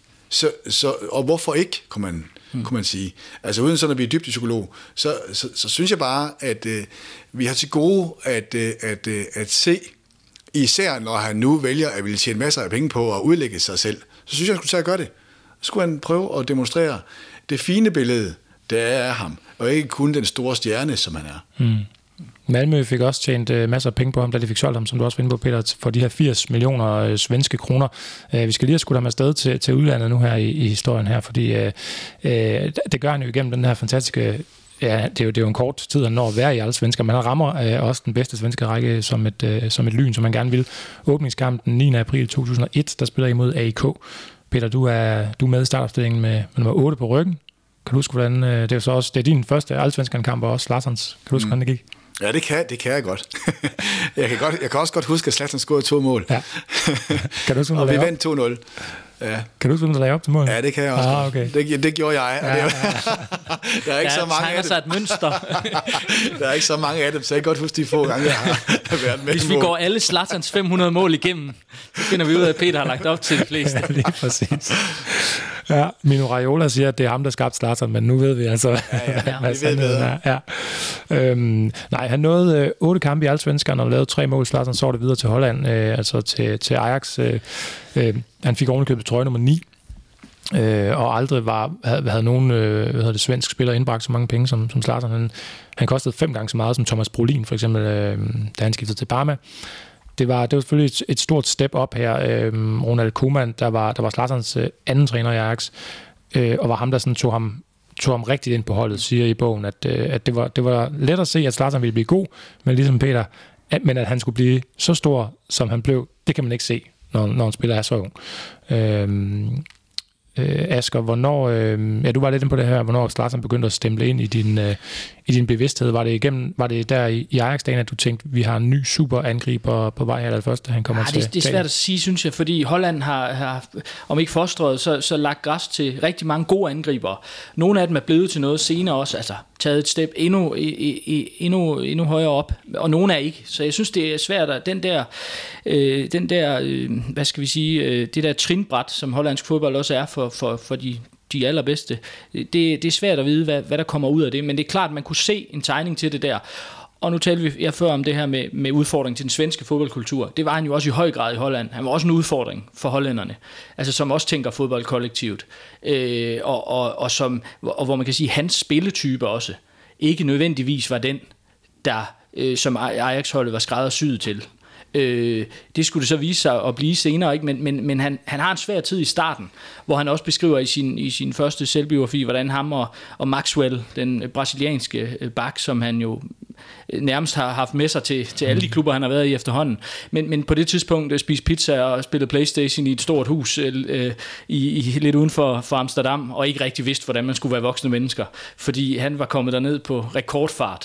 C: Og hvorfor ikke, kunne man sige. Altså uden sådan at blive dybt psykolog, så synes jeg bare, at vi har til gode at se, især når han nu vælger at ville tjene masser af penge på at udlægge sig selv, så synes jeg, han skulle tage at gøre det. Så skulle han prøve at demonstrere det fine billede, det er ham. Og ikke kun den store stjerne, som han er.
B: Malmø fik også tjent masser af penge på ham, da de fik solgt ham, som du også var inde på, Peter, for de her 80 millioner svenske kroner. Vi skal lige have skudt ham afsted til udlandet nu her i historien her, fordi det gør han jo igennem den her fantastiske... Ja, det er jo en kort tid, han når at være i alle svensker, men han rammer også den bedste svenske række som et lyn, som han gerne vil. Åbningskampen den 9. april 2001, der spiller imod AIK. Peter, du er med i startopstillingen med nummer 8 på ryggen. Kan du huske, hvordan det er så også... Det er din første allsvenskan-kamp, og også Zlatans. Kan du huske, hvordan det gik?
C: Ja, det kan jeg godt. jeg kan også godt huske, at Zlatan scorede 2 mål.
B: Ja. Kan du huske,
C: og vi vandt 2-0. Ja.
B: Kan du huske, hvem der lagde op til mål?
C: Ja, det kan jeg også.
B: Okay.
C: Det gjorde jeg.
B: Ja.
D: Der er ikke så mange af dem. Et mønster.
C: Der er ikke så mange af dem, så jeg kan godt huske de få gange, jeg har været med.
D: Hvis vi går alle Zlatans 500 mål igennem, så finder vi ud af, at Peter har lagt op til de fleste.
B: Ja, lige præcis. Ja, Mino Raiola siger, at det er ham, der skabte Zlatan, men nu ved vi altså, hvad sandheden er. Ja. Nej, han nåede 8 kampe i Allsvenskan og lavede 3 mål. Zlatan så det videre til Holland, altså til Ajax. Han fik ovenikøbet trøje nummer 9, og aldrig havde nogen svensk spiller indbragt så mange penge som Zlatan. Han kostede 5 gange så meget som Thomas Brolin, for eksempel, da han skiftede til Parma. Det var selvfølgelig et stort step up her. Ronald Koeman, der var Zlatans anden træner i Ajax, og var ham, der sådan tog ham rigtigt ind på holdet, siger i bogen, at det var let at se, at Zlatan ville blive god, men ligesom Peter, men at han skulle blive så stor, som han blev, det kan man ikke se, når en spiller er så ung. Asger, hvornår, du var lidt inde på det her, hvornår Zlatan begyndte at stemple ind i din bevidsthed. Var det der i Ajax-dagen, at du tænkte, vi har en ny superangriber på vej her, eller først, da han kommer til?
D: Det er svært at sige, synes jeg, fordi Holland har om ikke forstrøget, så lagt græs til rigtig mange gode angribere. Nogle af dem er blevet til noget senere også, altså taget et step endnu højere op, og nogle er ikke. Så jeg synes, det er svært, at den der hvad skal vi sige, det der trinbræt, som hollandsk fodbold også er for de allerbedste, det er svært at vide, hvad der kommer ud af det, men det er klart, at man kunne se en tegning til det der. Og nu talte vi før om det her med udfordring til den svenske fodboldkultur. Det var han jo også i høj grad i Holland. Han var også en udfordring for hollænderne, altså som også tænker fodbold kollektivt, og hvor man kan sige, hans spilletype også ikke nødvendigvis var den, der som Ajax-holdet var skræddersyet til. Det skulle det så vise sig at blive senere, ikke? Men han har en svær tid i starten, hvor han også beskriver i sin første selvbiografi, hvordan ham og Maxwell, den brasilianske bak, som han jo nærmest har haft med sig til alle de klubber, han har været i efterhånden. Men på det tidspunkt spiste pizza og spillede PlayStation i et stort hus lidt uden for Amsterdam, og ikke rigtig vidste, hvordan man skulle være voksne mennesker, fordi han var kommet derned på rekordfart.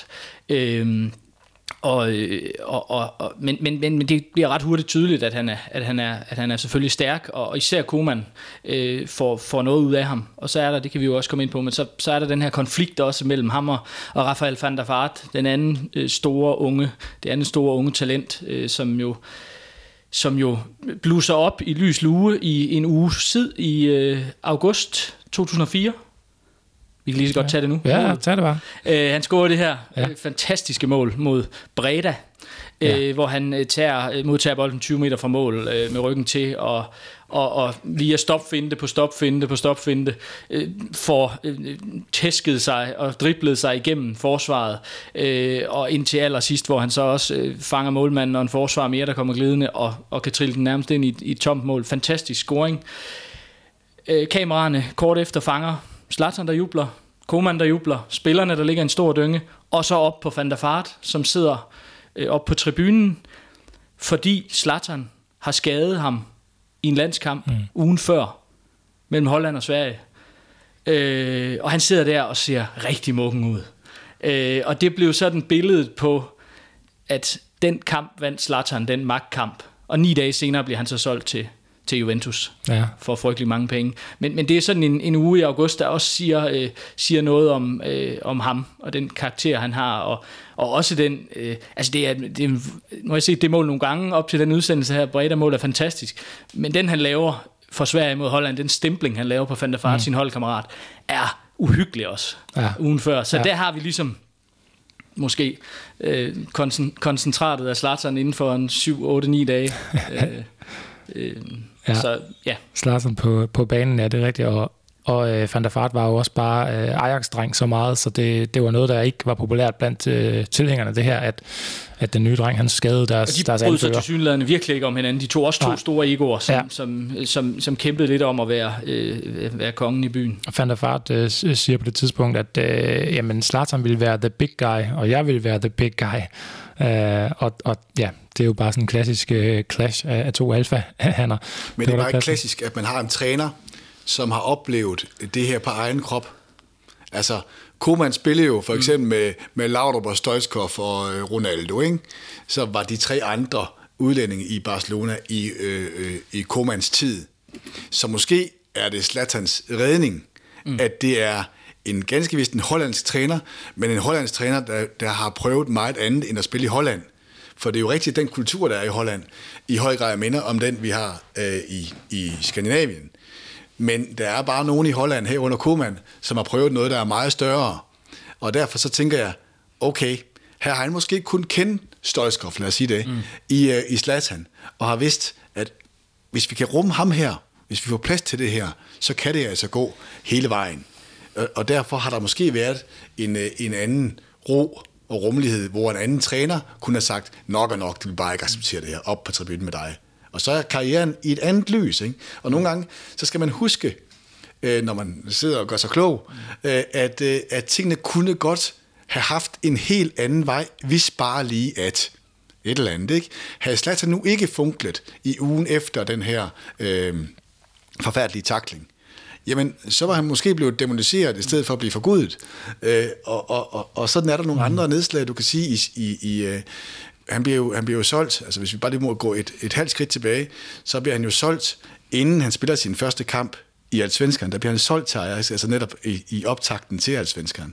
D: Men det bliver ret hurtigt tydeligt, at han er selvfølgelig stærk, og især Koeman får noget ud af ham. Og så er der, det kan vi jo også komme ind på, men så er der den her konflikt også mellem ham og Rafael van der Vaart, det andet store unge talent, som jo blusser op i lys lue i en uges tid i august 2004. Vi kan lige så godt tage det nu.
B: Ja, tag det bare.
D: Han scorer det her fantastiske mål mod Breda, hvor han modtager bolden 20 meter fra mål med ryggen til, og via stopfinte får tæsket sig og driblet sig igennem forsvaret, og indtil allersidst, hvor han så også fanger målmanden og en forsvar mere, der kommer glidende, og kan trille den nærmest ind i et tomt mål. Fantastisk scoring. Kameraerne kort efter fanger Zlatan, der jubler, Koeman, der jubler, spillerne, der ligger en stor dynge, og så op på Van der Vaart, som sidder op på tribunen, fordi Zlatan har skadet ham i en landskamp ugen før mellem Holland og Sverige. Og han sidder der og ser rigtig muggen ud. Og det blev sådan billedet på, at den kamp vandt Zlatan, den magtkamp. Og 9 dage senere bliver han så solgt til Juventus for frygtelig mange penge. Men det er sådan en uge i august, der også siger noget om ham og den karakter, han har, og også den... det må jeg sige, det mål nogle gange op til den udsendelse her, Breda-mål er fantastisk, men den han laver for Sverige mod Holland, den stempling han laver på Van der Vaart, sin holdkammerat, er uhyggelig også ugen før. Så der har vi ligesom måske koncentratet af Zlatan inden for en 7-8-9 dage. Så,
B: Zlatan på banen, det er rigtigt, Og Van der Vaart var jo også bare Ajax-dreng så meget, så det var noget, der ikke var populært blandt tilhængerne, det her, at den nye dreng, han skadede deres anfører.
D: Og de brød sig til synligheden virkelig ikke om hinanden. De tog også to store egoer, som kæmpede lidt om at være kongen i byen.
B: Van der Vaart siger på det tidspunkt, at jamen, Zlatan ville være the big guy, og jeg vil være the big guy. Og ja, det er jo bare sådan en klassisk clash af to alfa-hanner.
C: Men det er bare klassisk, at man har en træner, som har oplevet det her på egen krop. Altså, Koeman spillede jo for eksempel med Laudrup og Stoichkov og Ronaldo, ikke? Så var de 3 andre udlændinge i Barcelona i Koemans tid. Så måske er det Zlatans redning, at det er en ganske vist en hollandsk træner, men en hollandsk træner, der har prøvet meget andet end at spille i Holland. For det er jo rigtigt, den kultur, der er i Holland, i høj grad minder om den, vi har i Skandinavien. Men der er bare nogen i Holland her under Koeman, som har prøvet noget, der er meget større. Og derfor så tænker jeg, okay, her har han måske kun kendt Stoichkov, lad os sige det, i Zlatan, og har vidst, at hvis vi kan rumme ham her, hvis vi får plads til det her, så kan det altså gå hele vejen. Og derfor har der måske været en anden ro og rummelighed, hvor en anden træner kunne have sagt, nok og nok, det vil bare ikke acceptere det her, op på tribunen med dig. Og så er karrieren i et andet lys, ikke? Og nogle gange, så skal man huske, når man sidder og gør sig klog, at tingene kunne godt have haft en helt anden vej, hvis bare lige at et eller andet, ikke? Havde Zlatan nu ikke funklet i ugen efter den her forfærdelige tackling, jamen, så var han måske blevet demoniseret i stedet for at blive forgudet. Og sådan er der nogle andre nedslag, du kan sige han bliver jo solgt, altså hvis vi bare lige må gå et halvt skridt tilbage, så bliver han jo solgt, inden han spiller sin første kamp i Allsvenskan, der bliver han solgt til Ajax, altså netop i optakten til Allsvenskan.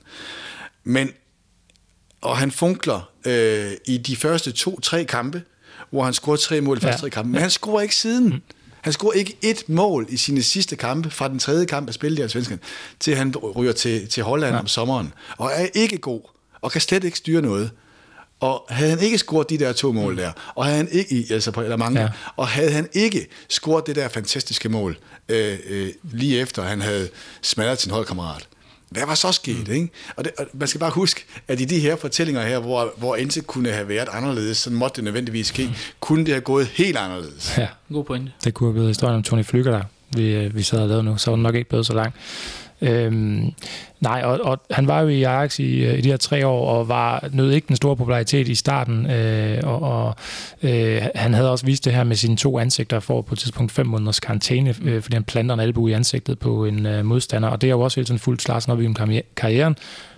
C: Og han funkler i de første 2-3 kampe, hvor han scorer 3 mål i første 3 kampe, men han scorer ikke siden. Han scorer ikke 1 mål i sine sidste kampe, fra den 3. kamp at spille i Allsvenskan, til han ryger til Holland om sommeren, og er ikke god, og kan slet ikke styre noget. Og havde han ikke scoret de der 2 mål der, og havde han ikke, og havde han ikke scoret det der fantastiske mål, lige efter han havde smadret sin holdkammerat, hvad var så sket, ikke? Og man skal bare huske, at i de her fortællinger her, hvor intet kunne have været anderledes, så måtte det nødvendigvis ske, kunne det have gået helt anderledes.
B: Ja,
D: god pointe.
B: Det kunne have været historien om Tony Flügger, der vi sad og lavede nu, så var den nok ikke blevet så lang. Og han var jo i Ajax i de her 3 år, og nød ikke den store popularitet i starten, han havde også vist det her med sine 2 ansigter, for på et tidspunkt 5 måneders karantæne, fordi han planter en albue i ansigtet på en modstander, og det har jo også hele tiden fuldt Zlatan op i karrieren.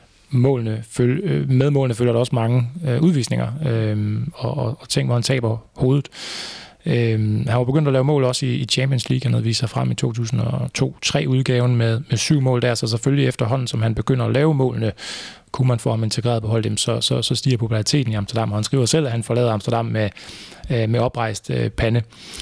B: Med målene følger der også mange udvisninger, og ting, hvor han taber hovedet. Han var begyndt at lave mål også i Champions League, han havde vist sig frem i 2002-3 udgaven med 7 mål der, så selvfølgelig efterhånden, som han begynder at lave målene, kunne man få ham integreret på holdet, så stiger populariteten i Amsterdam, og han skriver selv, at han forlader Amsterdam med oprejst pande.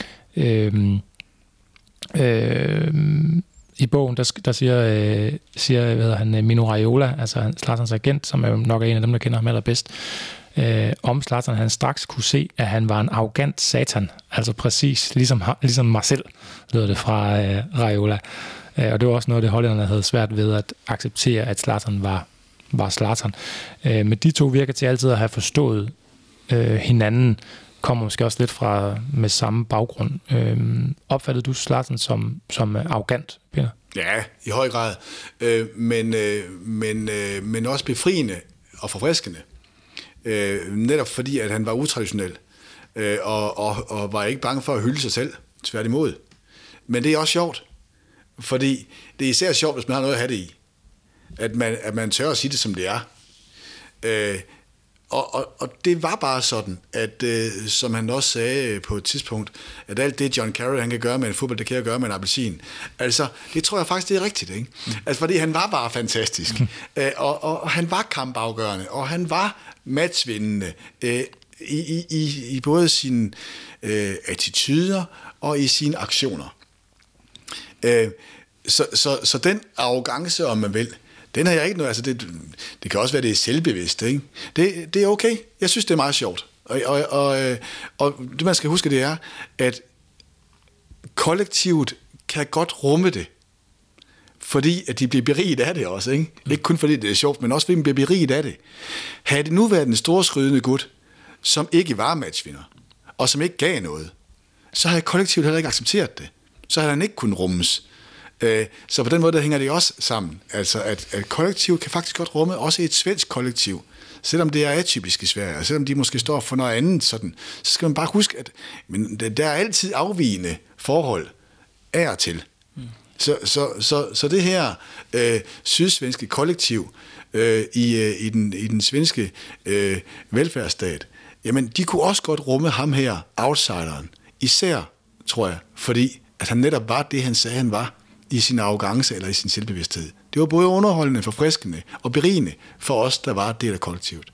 B: I bogen, der siger Mino Raiola, altså Zlatans agent, som er nok en af dem, der kender ham allerbedst, om Zlatan, han straks kunne se, at han var en arrogant satan, altså præcis ligesom mig selv, lød det fra Raiola. Og det var også noget, det hollænderne havde svært ved at acceptere, at Zlatan var Zlatan. Men de 2 virker til altid at have forstået hinanden, kommer måske også lidt fra med samme baggrund. Opfattede du Zlatan som arrogant, Peter?
C: Ja, i høj grad. Men også befriende og forfriskende. Netop fordi, at han var utraditionel, og var ikke bange for at hylde sig selv, tværtimod. Men det er også sjovt, fordi det er især sjovt, hvis man har noget at have det i. At man tør at sige det, som det er. Og det var bare sådan, at som han også sagde på et tidspunkt, at alt det John Carroll han kan gøre med en fodbold, det kan jeg gøre med en appelsin. Altså, det tror jeg faktisk, det er rigtigt, ikke? Altså, fordi han var bare fantastisk. Og han var kampafgørende, og han var matchvindende i både sine attityder og i sine aktioner. Så den arrogance, om man vil, den har jeg ikke noget, altså det kan også være, det er selvbevidst, ikke? Det er okay. Jeg synes, det er meget sjovt. Og det, man skal huske, det er, at kollektivet kan godt rumme det. fordi at de bliver beriget af det også, ikke? Ikke kun fordi det er sjovt, men også fordi de bliver beriget af det. Havde det nu været den store skrydende gut, som ikke var matchvinder, og som ikke gav noget, så havde kollektivet heller ikke accepteret det. Så havde han ikke kunnet rummes. Så på den måde, der hænger det også sammen. Altså, at kollektivet kan faktisk godt rumme, også et svensk kollektiv, selvom det er atypisk i Sverige, og selvom de måske står for noget andet, sådan, så skal man bare huske, at men der er altid afvigende forhold af og til. Så det her sydsvenske kollektiv i den svenske velfærdsstat, jamen, de kunne også godt rumme ham her, outsideren, især, tror jeg, fordi at han netop var det, han sagde, han var, i sin arrogance eller i sin selvbevidsthed. Det var både underholdende, forfriskende og berigende for os, der var del af kollektivet.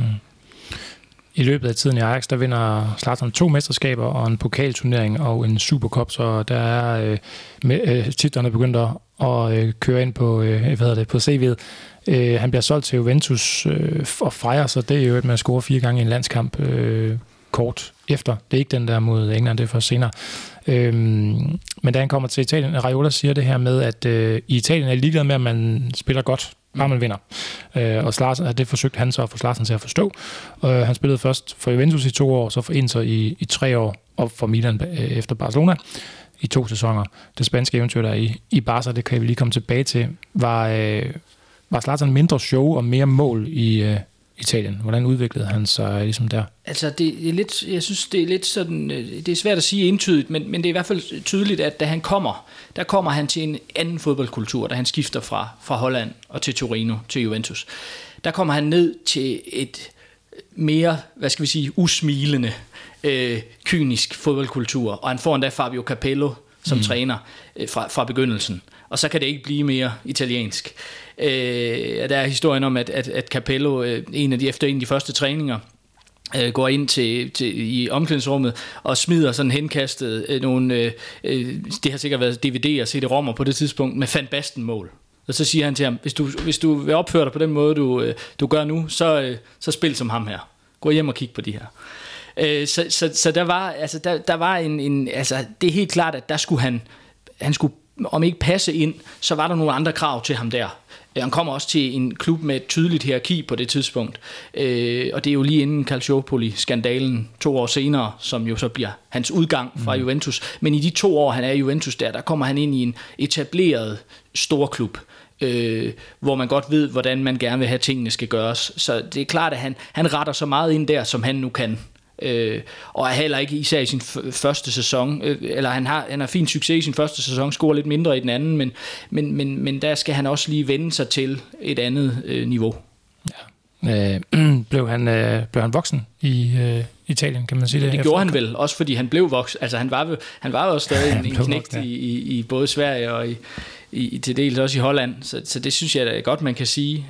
B: I løbet af tiden i Ajax, der vinder Zlatan 2 mesterskaber og en pokalturnering og en Supercup, så der er titlerne begyndt at køre ind på, på CV'et. Han bliver solgt til Juventus og fejrer, så det er jo, at man scorer 4 gange i en landskamp kort efter. Det er ikke den der mod England, det er først senere. Men da han kommer til Italien, Raiola siger det her med, at i Italien er ligeglad med, at man spiller godt, bare man vinder. Og Zlatan, det forsøgte han så at få Zlatan til at forstå. Han spillede først for Juventus i 2 år, så for Inter i 3 år, og for Milan efter Barcelona i 2 sæsoner. Det spanske eventyr der i Barca, det kan vi lige komme tilbage til, var Zlatan mindre show og mere mål i Italien. Hvordan udviklede han sig ligesom der?
D: Altså, det er lidt, jeg synes, det er lidt sådan, det er svært at sige entydigt, men det er i hvert fald tydeligt, at da han kommer han til en anden fodboldkultur, da han skifter fra Holland og til Torino, til Juventus. Der kommer han ned til et mere, usmilende, kynisk fodboldkultur, og han får endda Fabio Capello som træner fra begyndelsen. Og så kan det ikke blive mere italiensk. Der er historien om, at Capello, efter en af de første træninger, går ind i omklædningsrummet og smider sådan henkastet nogle, det har sikkert været DVD og CD-rommer på det tidspunkt, med Van Basten-mål. Og så siger han til ham, hvis du vil opføre dig på den måde, du gør nu, så spil som ham her. Gå hjem og kig på de her. Så der var en altså, det er helt klart, at der skulle han skulle, om ikke passe ind, så var der nogle andre krav til ham der. Han kommer også til en klub med et tydeligt hierarki på det tidspunkt, og det er jo lige inden Calciopoli-skandalen 2 år senere, som jo så bliver hans udgang fra Juventus. Men i de 2 år, han er i Juventus der kommer han ind i en etableret storklub, hvor man godt ved, hvordan man gerne vil have tingene skal gøres. Så det er klart, at han retter så meget ind der, som han nu kan. Og er heller ikke især i sin første sæson, eller han har fin succes i sin første sæson, scorer lidt mindre i den anden, men der skal han også lige vende sig til et andet niveau.
B: Ja. Blev han voksen i Italien, kan man sige det?
D: Det gjorde han vel, også fordi han blev voksen. Altså han var jo stadig en knægt i både Sverige og i til dels også i Holland, så det synes jeg da godt, man kan sige.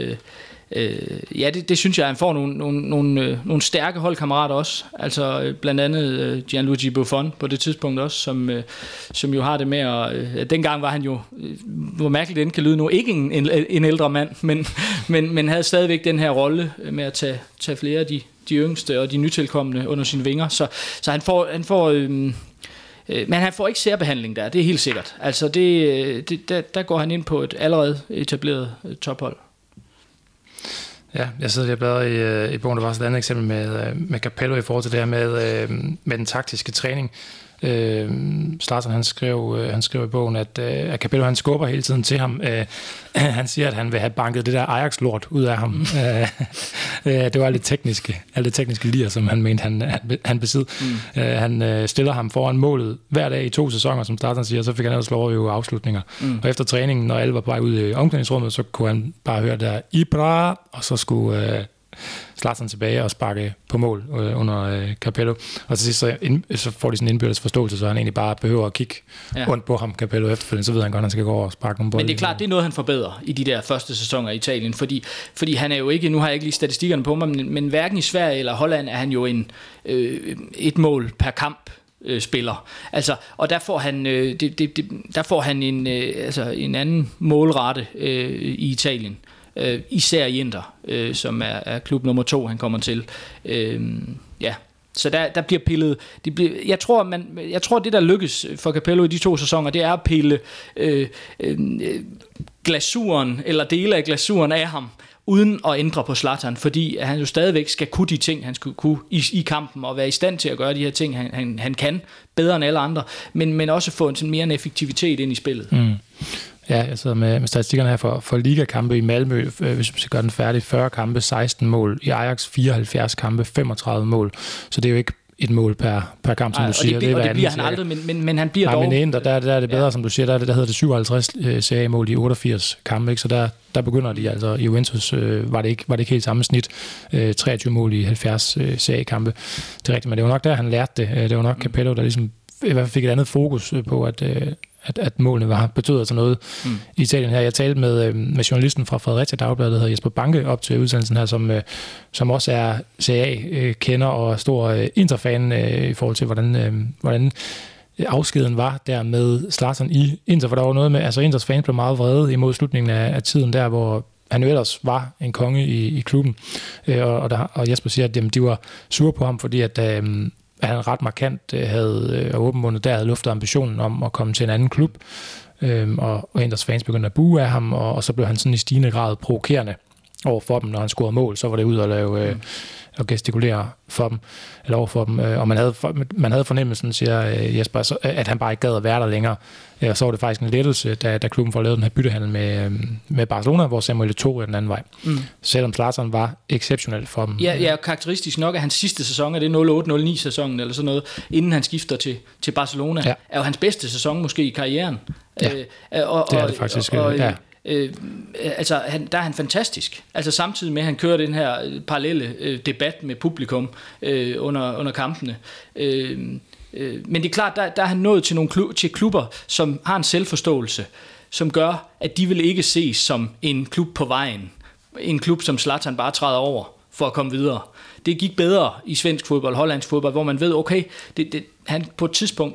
D: Ja, det synes jeg, han får nogle stærke holdkammerater også. Altså blandt andet Gianluigi Buffon på det tidspunkt også, som jo har det med at dengang var han jo, hvor mærkeligt det kan lyde nu, ikke en ældre mand, men havde stadigvæk den her rolle med at tage flere af de yngste og de nytilkommende under sine vinger. Så han får men han får ikke særbehandling der, det er helt sikkert. Altså der går han ind på et allerede etableret tophold.
B: Ja, jeg sidder lige og bladrer i bogen, der var sådan et andet eksempel med Capello i forhold til det her med den taktiske træning. Zlatan han skrev i bogen, at Capello han skubber hele tiden til ham. Han siger, at han vil have banket det der Ajax-lort ud af ham. Det var alle tekniske lir, som han mente, han besid. Han stiller ham foran målet hver dag i 2 sæsoner, som Zlatan siger, så fik han ellers lov at øve afslutninger. Og efter træningen, når alle var på vej ud i omklædningsrummet, så kunne han bare høre der Ibra, og så skulle Zlatan tilbage og sparke på mål under Capello. Og til sidst så får de sådan en indbyrdes forståelse, så han egentlig bare behøver at kigge rundt på ham, Capello, efterfølgende, så ved han godt, at han skal gå over og sparke nogle bolde.
D: Men det er klart, det er noget, han forbedrer i de der første sæsoner i Italien, fordi han er jo ikke, nu har jeg ikke lige statistikkerne på mig, men hverken i Sverige eller Holland er han jo et mål per kamp spiller. Altså, og der får han en anden målrate i Italien. Især i Inter, som er klub nummer 2, han kommer til. Så der bliver pillet. Jeg tror, det der lykkes for Capello i de 2 sæsoner, det er at pille glasuren, eller dele af glasuren af ham, uden at ændre på Zlatan, fordi han jo stadigvæk skal kunne de ting, han skulle kunne i kampen, og være i stand til at gøre de her ting, han kan, bedre end alle andre, men også få sådan mere en effektivitet ind i spillet.
B: Mm. Ja, jeg sidder med statistikkerne her for ligakampe i Malmø, hvis vi skal gøre den færdig. 40 kampe, 16 mål. I Ajax 74 kampe, 35 mål. Så det er jo ikke et mål per kamp, som du siger.
D: Det bliver han aldrig, men han bliver dog.
B: Men Inter, der er det bedre, som du siger. Der hedder det 57 CA-mål i 88 kampe, ikke? Så der begynder de altså. I Juventus var det ikke helt samme snit. 23 mål i 70 CA-kampe. Det er rigtigt, men det var nok der, han lærte det. Det var nok Capello, der ligesom i hvert fald fik et andet fokus på, at målene betød altså noget i Italien her. Jeg talte med journalisten fra Fredericia Dagblad, der hedder Jesper Banke, op til udsendelsen her, som også er CA-kender og stor Inter-fan i forhold til, hvordan afskeden var der med Zlatan i Inter, for der var noget med, altså Inters fans blev meget vrede imod slutningen af tiden der, hvor han jo ellers var en konge i klubben, og Jesper siger, at de var sure på ham, fordi at han ret markant havde åbenbundet der havde luftet ambitionen om at komme til en anden klub, og Inters fans begyndte at buge af ham, og så blev han sådan i stigende grad provokerende over for dem, når han scorede mål, så var det ud at lave og gestikulere for dem, eller over for dem, og man havde fornemmelsen, siger Jesper, at han bare ikke gad at være der længere, og så var det faktisk en lettelse, da klubben får lavet den her byttehandel med Barcelona, hvor Samuel Eto'o den anden vej. Selvom Zlatan var exceptionel for dem.
D: Ja, karakteristisk nok, at hans sidste sæson, er det 08-09 sæsonen, eller sådan noget, inden han skifter til Barcelona, er jo hans bedste sæson måske i karrieren.
B: Ja, det er det faktisk, ja.
D: Der er han fantastisk. Altså samtidig med at han kører den her parallelle debat med publikum under kampene. Men det er klart, der er han nået til klubber, som har en selvforståelse, som gør, at de vil ikke ses som en klub på vejen. En klub, som Zlatan bare træder over for at komme videre. Det gik bedre i svensk fodbold, hollandsk fodbold, hvor man ved, okay, han på et tidspunkt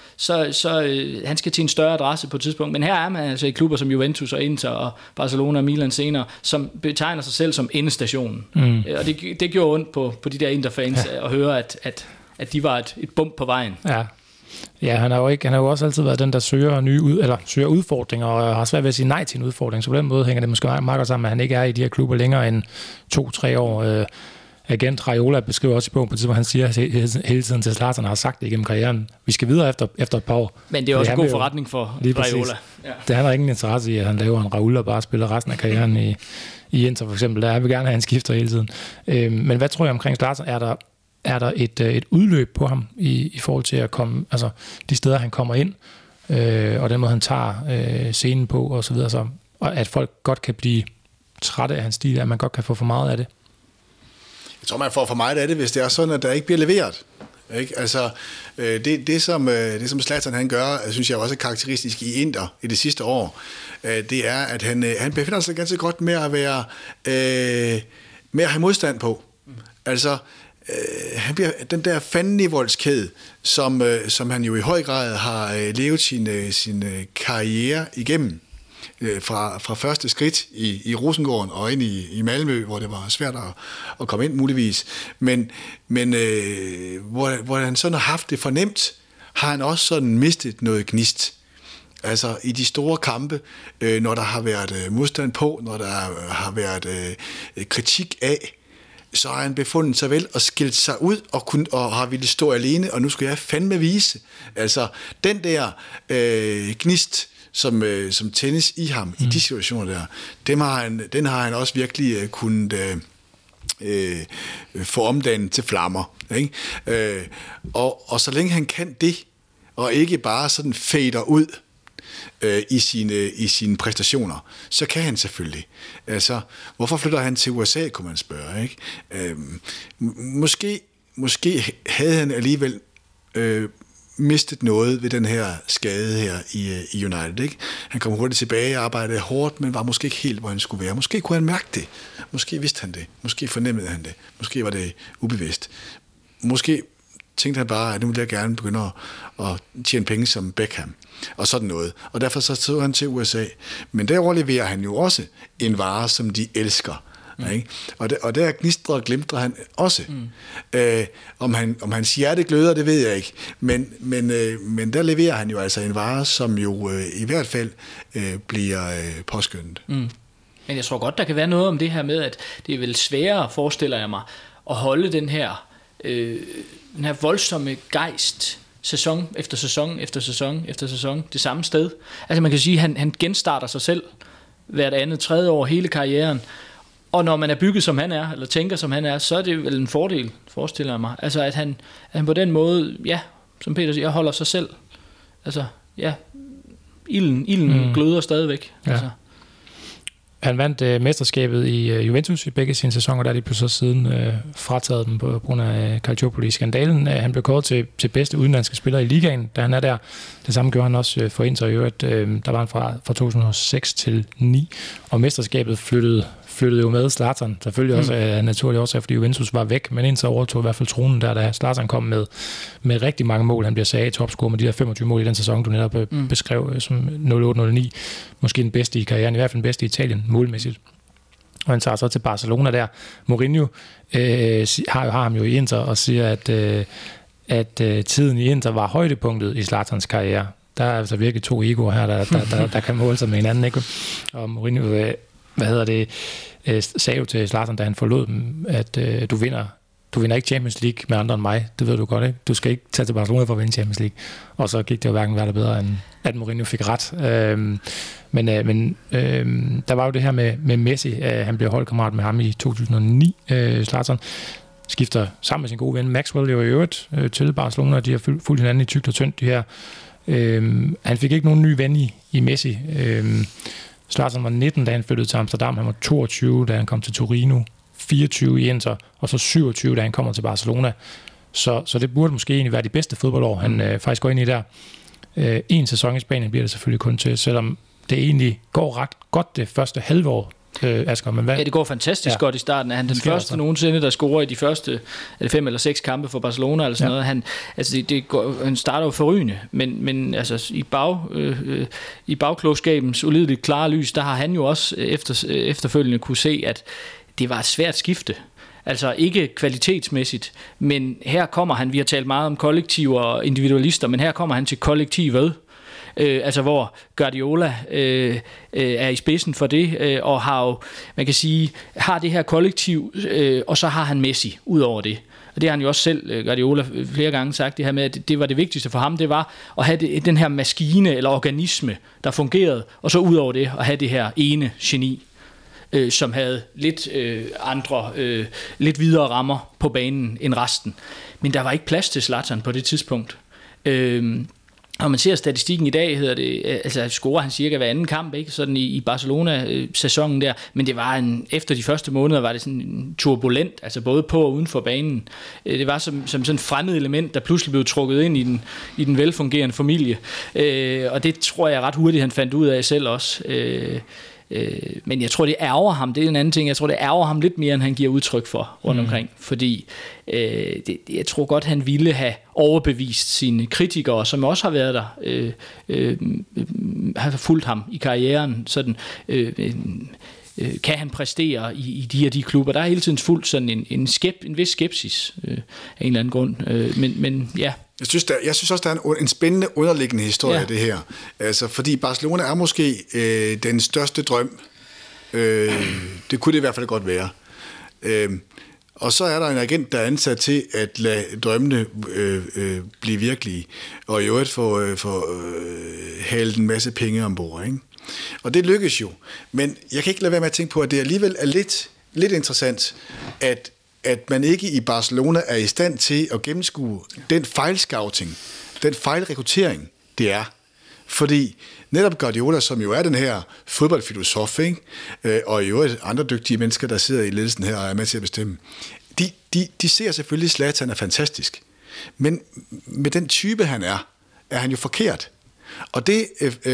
D: så han skal til en større adresse på et tidspunkt. Men her er man altså i klubber som Juventus og Inter og Barcelona og Milan senere, som betegner sig selv som endestationen. Og det gjorde ondt på de der Inter-fans at høre, at de var et bump på vejen.
B: Ja, han har jo også altid været den, der søger udfordringer, og har svært ved at sige nej til en udfordring. Så på den måde hænger det måske meget godt sammen, at han ikke er i de her klubber længere end 2-3 år. Agent Raiola beskriver også i bogen på tidspunkt, han siger hele tiden til Zlatan, har sagt det igennem karrieren. Vi skal videre efter et par år.
D: Men det er også en god forretning for Raiola. Ja.
B: Det har ingen interesse i, at han laver en Raul og bare spiller resten af karrieren i Inter for eksempel. Der vil gerne have en skifter hele tiden. Men hvad tror jeg omkring Zlatan? Er der et udløb på ham i forhold til at komme, altså de steder, han kommer ind, og den måde, han tager scenen på og så videre, så, og at folk godt kan blive trætte af hans stil, at man godt kan få for meget af det?
C: Jeg tror, man får for meget af det, hvis det er sådan, at der ikke bliver leveret. Ikke? Altså, det som Zlatan han gør, synes jeg også er karakteristisk i Inter i det sidste år, det er, at han befinder sig ganske godt med at være med at have modstand på. Altså, han bliver den der fandenivoldskæde, som han jo i høj grad har levet sin karriere igennem. Fra første skridt i Rosengården og ind i Malmø, hvor det var svært at komme ind muligvis. Men hvor han sådan har haft det fornemt, har han også sådan mistet noget gnist. Altså i de store kampe, når der har været modstand på, når der har været kritik af, så har han befundet sig vel og skilt sig ud og har ville stå alene, og nu skal jeg fandme vise. Altså den der gnist, som tennis i ham i de situationer der, den har han også virkelig kunnet få omdannet til flammer. Ikke? Og så længe han kan det, og ikke bare sådan fader ud i sine præstationer, så kan han selvfølgelig. Altså, hvorfor flytter han til USA, kunne man spørge. Ikke? Måske havde han alligevel mistet noget ved den her skade her i United. Ikke? Han kom hurtigt tilbage, arbejdede hårdt, men var måske ikke helt, hvor han skulle være. Måske kunne han mærke det. Måske vidste han det. Måske fornemmede han det. Måske var det ubevidst. Måske tænkte han bare, at nu vil jeg gerne begynde at tjene penge som Beckham. Og sådan noget. Og derfor så tog han til USA. Men derover leverer han jo også en vare, som de elsker. Ikke? Og der gnistrer og glimtrer han også. Om hans hjerte gløder, det ved jeg ikke. Men der leverer han jo altså en vare, som jo i hvert fald bliver påskyndet.
D: Men jeg tror godt, der kan være noget om det her med, at det er vel sværere, forestiller jeg mig, at holde den her voldsomme gejst sæson efter sæson efter sæson efter sæson det samme sted. Altså man kan sige, at han genstarter sig selv hvert andet, tredje år, hele karrieren. Og når man er bygget, som han er, eller tænker, som han er, så er det vel en fordel, forestiller jeg mig. Altså at han på den måde, ja, som Peter siger, holder sig selv. Altså, ja, ilden gløder stadigvæk.
B: Ja.
D: Altså.
B: Han vandt mesterskabet i Juventus i begge sine sæsoner, der er de pludselig siden frataget dem på grund af Calciopoli-skandalen. Han blev kåret til bedste udenlandske spiller i ligaen, da han er der. Det samme gjorde han også for Inter i øvrigt. Der var han fra 2006 til 2009, og mesterskabet flyttede jo med Zlatan, selvfølgelig også af naturlig årsag, fordi Juventus var væk, men Inter overtog i hvert fald tronen der, da Zlatan kom med rigtig mange mål. Han bliver sagt topscorer med de der 25 mål i den sæson, du netop beskrev som 08-09. Måske den bedste i karrieren, i hvert fald den bedste i Italien, målmæssigt. Og han tager så til Barcelona der. Mourinho har ham jo i Inter og siger, at tiden i Inter var højdepunktet i Zlatans karriere. Der er altså virkelig to egoer her, der kan måle sig med hinanden, ikke? Og Mourinho sagde jo til Zlatan, da han forlod dem, at du vinder ikke Champions League med andre end mig. Det ved du godt, ikke? Du skal ikke tage til Barcelona for at vinde Champions League. Og så gik det jo hverken værre bedre, end at Mourinho fik ret. Men der var jo det her med Messi. Han blev holdkammerat med ham i 2009. Zlatan skifter sammen med sin gode ven Maxwell jo i øvrigt til Barcelona. De har fulgt hinanden i tykt og tyndt, de her. Han fik ikke nogen ny ven i Messi. Zlatan var 19, da han flyttede til Amsterdam. Han var 22, da han kom til Torino. 24 i Inter, og så 27, da han kommer til Barcelona. Så det burde måske egentlig være de bedste fodboldår, han faktisk går ind i der. En sæson i Spanien bliver det selvfølgelig kun til, selvom det egentlig går ret godt det første halve år. Asger, men hvad?
D: Ja, det går fantastisk godt i starten. Er han den første nogensinde, der scorer i de første 5 eller 6 kampe for Barcelona eller sådan noget. Han starter jo forrygende, men altså i bagklogskabens ulideligt klare lys, der har han jo også efterfølgende kunne se, at det var et svært skifte. Altså ikke kvalitetsmæssigt, men her kommer han, vi har talt meget om kollektiver og individualister, men her kommer han til kollektivet. Altså hvor Guardiola er i spidsen for det, og har jo, man kan sige, har det her kollektiv, og så har han Messi ud over det. Og det har han jo også selv, Guardiola, flere gange sagt, det her med, at det var det vigtigste for ham, det var at have den her maskine eller organisme, der fungerede, og så ud over det at have det her ene geni, som havde lidt lidt videre rammer på banen end resten. Men der var ikke plads til Zlatan på det tidspunkt. Og man ser statistikken i dag, hedder det, altså scorer han cirka hver anden kamp, ikke? Sådan i Barcelona-sæsonen der, men det var efter de første måneder var det sådan turbulent, altså både på og uden for banen. Det var som sådan et fremmed element, der pludselig blev trukket ind i den velfungerende familie, og det tror jeg ret hurtigt, han fandt ud af selv også. Men jeg tror, det ærger ham. Det er en anden ting. Jeg tror, det ærger ham lidt mere, end han giver udtryk for rundt omkring. Fordi jeg tror godt, han ville have overbevist sine kritikere, som også har været der, har fulgt ham i karrieren. Sådan, kan han præstere i de her de klubber? Der er hele tiden fuldt sådan en vis skepsis af en eller anden grund. Men ja.
C: Jeg synes også, der er en spændende underliggende historie af det her. Altså, fordi Barcelona er måske den største drøm. Det kunne det i hvert fald godt være. Og så er der en agent, der er ansat til at lade drømmene blive virkelige, og i øvrigt få halet en masse penge ombord, ikke? Og det lykkes jo. Men jeg kan ikke lade være med at tænke på, at det alligevel er lidt interessant, at man ikke i Barcelona er i stand til at gennemskue den fejlscouting, den fejlrekruttering, det er. Fordi netop Guardiola, som jo er den her fodboldfilosof, ikke? Og i øvrigt andre dygtige mennesker, der sidder i ledelsen her og er med til at bestemme, de ser selvfølgelig, at Zlatan er fantastisk. Men med den type, han er han jo forkert. Og det,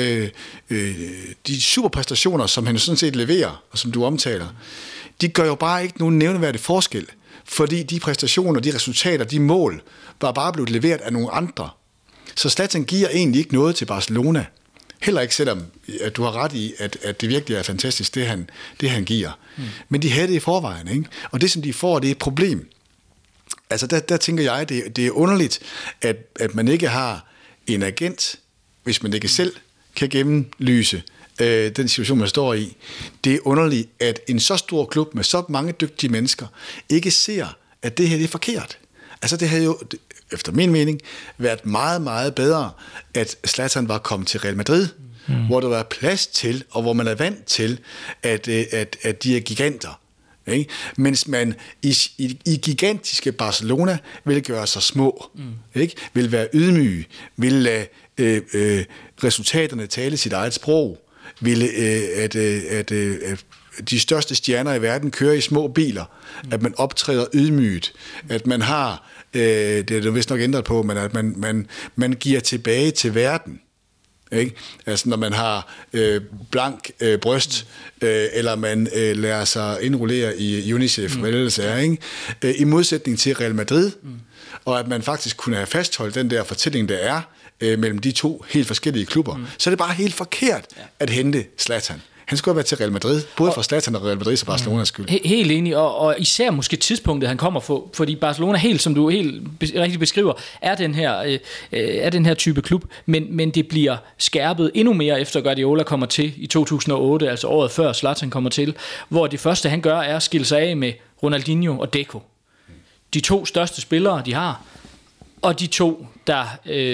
C: de superpræstationer, som han jo sådan set leverer, og som du omtaler, de gør jo bare ikke nogen nævneværdig forskel, fordi de præstationer, de resultater, de mål, var bare blevet leveret af nogle andre. Så Zlatan giver egentlig ikke noget til Barcelona. Heller ikke selvom, at du har ret i, at det virkelig er fantastisk, det han giver. Men de havde det i forvejen, ikke? Og det, som de får, det er et problem. Altså, der tænker jeg, det er underligt, at man ikke har en agent, hvis man ikke selv kan gennemlyse den situation, man står i. Det er underligt, at en så stor klub med så mange dygtige mennesker ikke ser, at det her det er forkert. Altså, det havde jo, efter min mening, været meget, meget bedre, at Zlatan var kommet til Real Madrid, hvor der var plads til, og hvor man er vant til, at de er giganter. Ikke? Mens man i gigantiske Barcelona vil gøre sig små, ikke? Vil være ydmyge, vil lade resultaterne tale sit eget sprog, vil at de største stjerner i verden kører i små biler, at man optræder ydmygt, at man har, det er det vist nok ændret på, men at man giver tilbage til verden. Ikke? Altså når man har blank bryst, eller man lader sig indrullere i UNICEF, hvad det ellers er, ikke? I modsætning til Real Madrid, og at man faktisk kunne have fastholdt den der fortælling, der er mellem de to helt forskellige klubber, så er det bare helt forkert at hente Zlatan. Han skulle være til Real Madrid, både for Zlatan og Real Madrid og Barcelonas skyld.
D: Helt enig, og især måske tidspunktet, han kommer på, fordi Barcelona, helt som du helt rigtig beskriver, er den her type klub, men det bliver skærpet endnu mere, efter Guardiola kommer til i 2008, altså året før Zlatan kommer til, hvor det første, han gør, er at skille sig af med Ronaldinho og Deco. De to største spillere, de har, og de to, der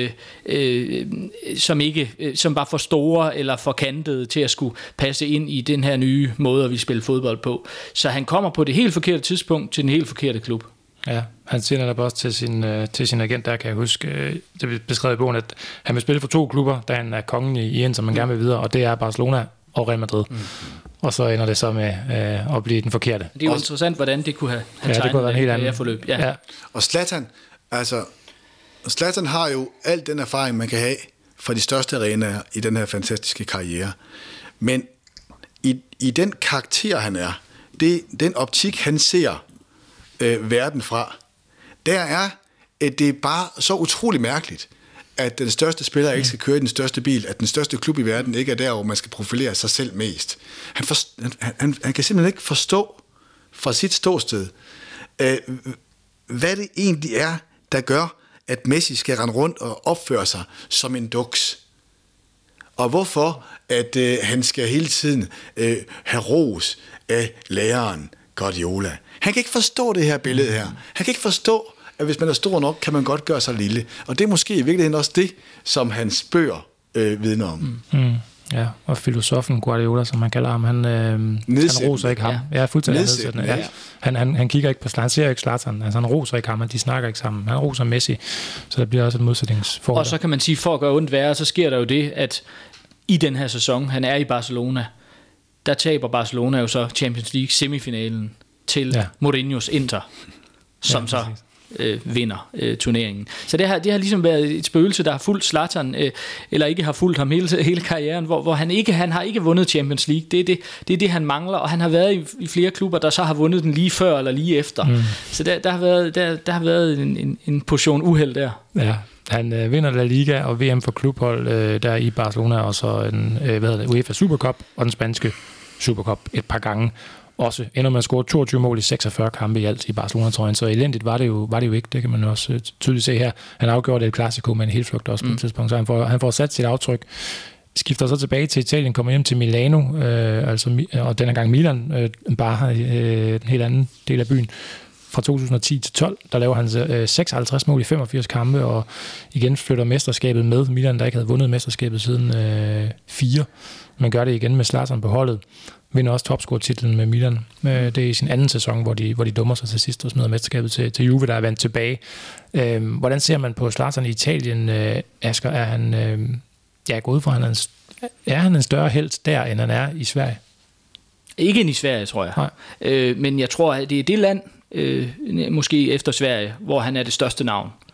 D: som var for store eller for kantede til at skulle passe ind i den her nye måde, at vi spiller fodbold på. Så han kommer på det helt forkerte tidspunkt til den helt forkerte klub.
B: Ja, han siger netop også til sin agent, der kan jeg huske, det blev beskrevet i bogen, at han vil spille for to klubber, da han er kongen i en, som man gerne vil videre, og det er Barcelona og Real Madrid. Og så ender det så med at blive den forkerte.
D: Det er jo interessant, hvordan det kunne have tegnet
B: det kunne være en helt anden
D: forløb. Ja.
C: Og Zlatan har jo al den erfaring, man kan have fra de største arenaer i den her fantastiske karriere. Men i den karakter, han er, den optik, han ser verden fra, der er, at det er bare så utrolig mærkeligt, at den største spiller ikke skal køre i den største bil, at den største klub i verden ikke er der, hvor man skal profilere sig selv mest. Han kan simpelthen ikke forstå fra sit ståsted, hvad det egentlig er, der gør, at Messi skal rende rundt og opføre sig som en duks. Og hvorfor, at han skal hele tiden have ros af læreren Guardiola. Han kan ikke forstå det her billede her. Han kan ikke forstå, at hvis man er stor nok, kan man godt gøre sig lille. Og det er måske i virkeligheden også det, som hans bøger vidner om.
B: Ja, og filosofen Guardiola, som man kalder ham, han roser ikke ham. Ja, fuldstændig nedsættende. Ja. Han kigger ikke på Zlatan, han ser ikke Zlatan. Altså, han roser ikke ham, de snakker ikke sammen. Han roser Messi, så der bliver også et modsætningsforhold.
D: Og så kan man sige, for at gøre ondt værre, så sker der jo det, at i den her sæson, han er i Barcelona, der taber Barcelona jo så Champions League semifinalen til Mourinhos Inter, som så vinder turneringen. Så det har ligesom været et spøgelse, der har fulgt Zlatan, eller ikke har fulgt ham hele karrieren, hvor han har ikke vundet Champions League. Det er det, han mangler, og han har været i flere klubber, der så har vundet den lige før eller lige efter. Så der har været en portion uheld der. Ja.
B: Han vinder La Liga og VM for klubhold der i Barcelona, og så en UEFA Supercup og den spanske Supercup et par gange. Også ender med at score 22 mål i 46 kampe i alt i Barcelona-trøjen, så elendigt var det jo ikke, det kan man også tydeligt se her. Han afgjorde det Clasico med en helt flugt også på et tidspunkt, så han får sat sit aftryk, skifter så tilbage til Italien, kommer hjem til Milano, og denne gang Milan, bare en helt anden del af byen. Fra 2010 til 12, der laver han 56 mål i 85 kampe, og igen flytter mesterskabet med Milan, der ikke havde vundet mesterskabet siden 4. Man gør det igen med Zlatan på holdet. Vinder også topscore-titlen med Milan. Det er i sin anden sæson, hvor de dummer sig til sidst og smider mesterskabet til Juve, der er vendt tilbage. Hvordan ser man på Zlatan i Italien? Asger, er han... jeg går ud fra, er han en større helt der, end han er i Sverige?
D: Ikke end i Sverige, tror jeg. Men jeg tror, at det er det land, måske efter Sverige, hvor han er det største navn.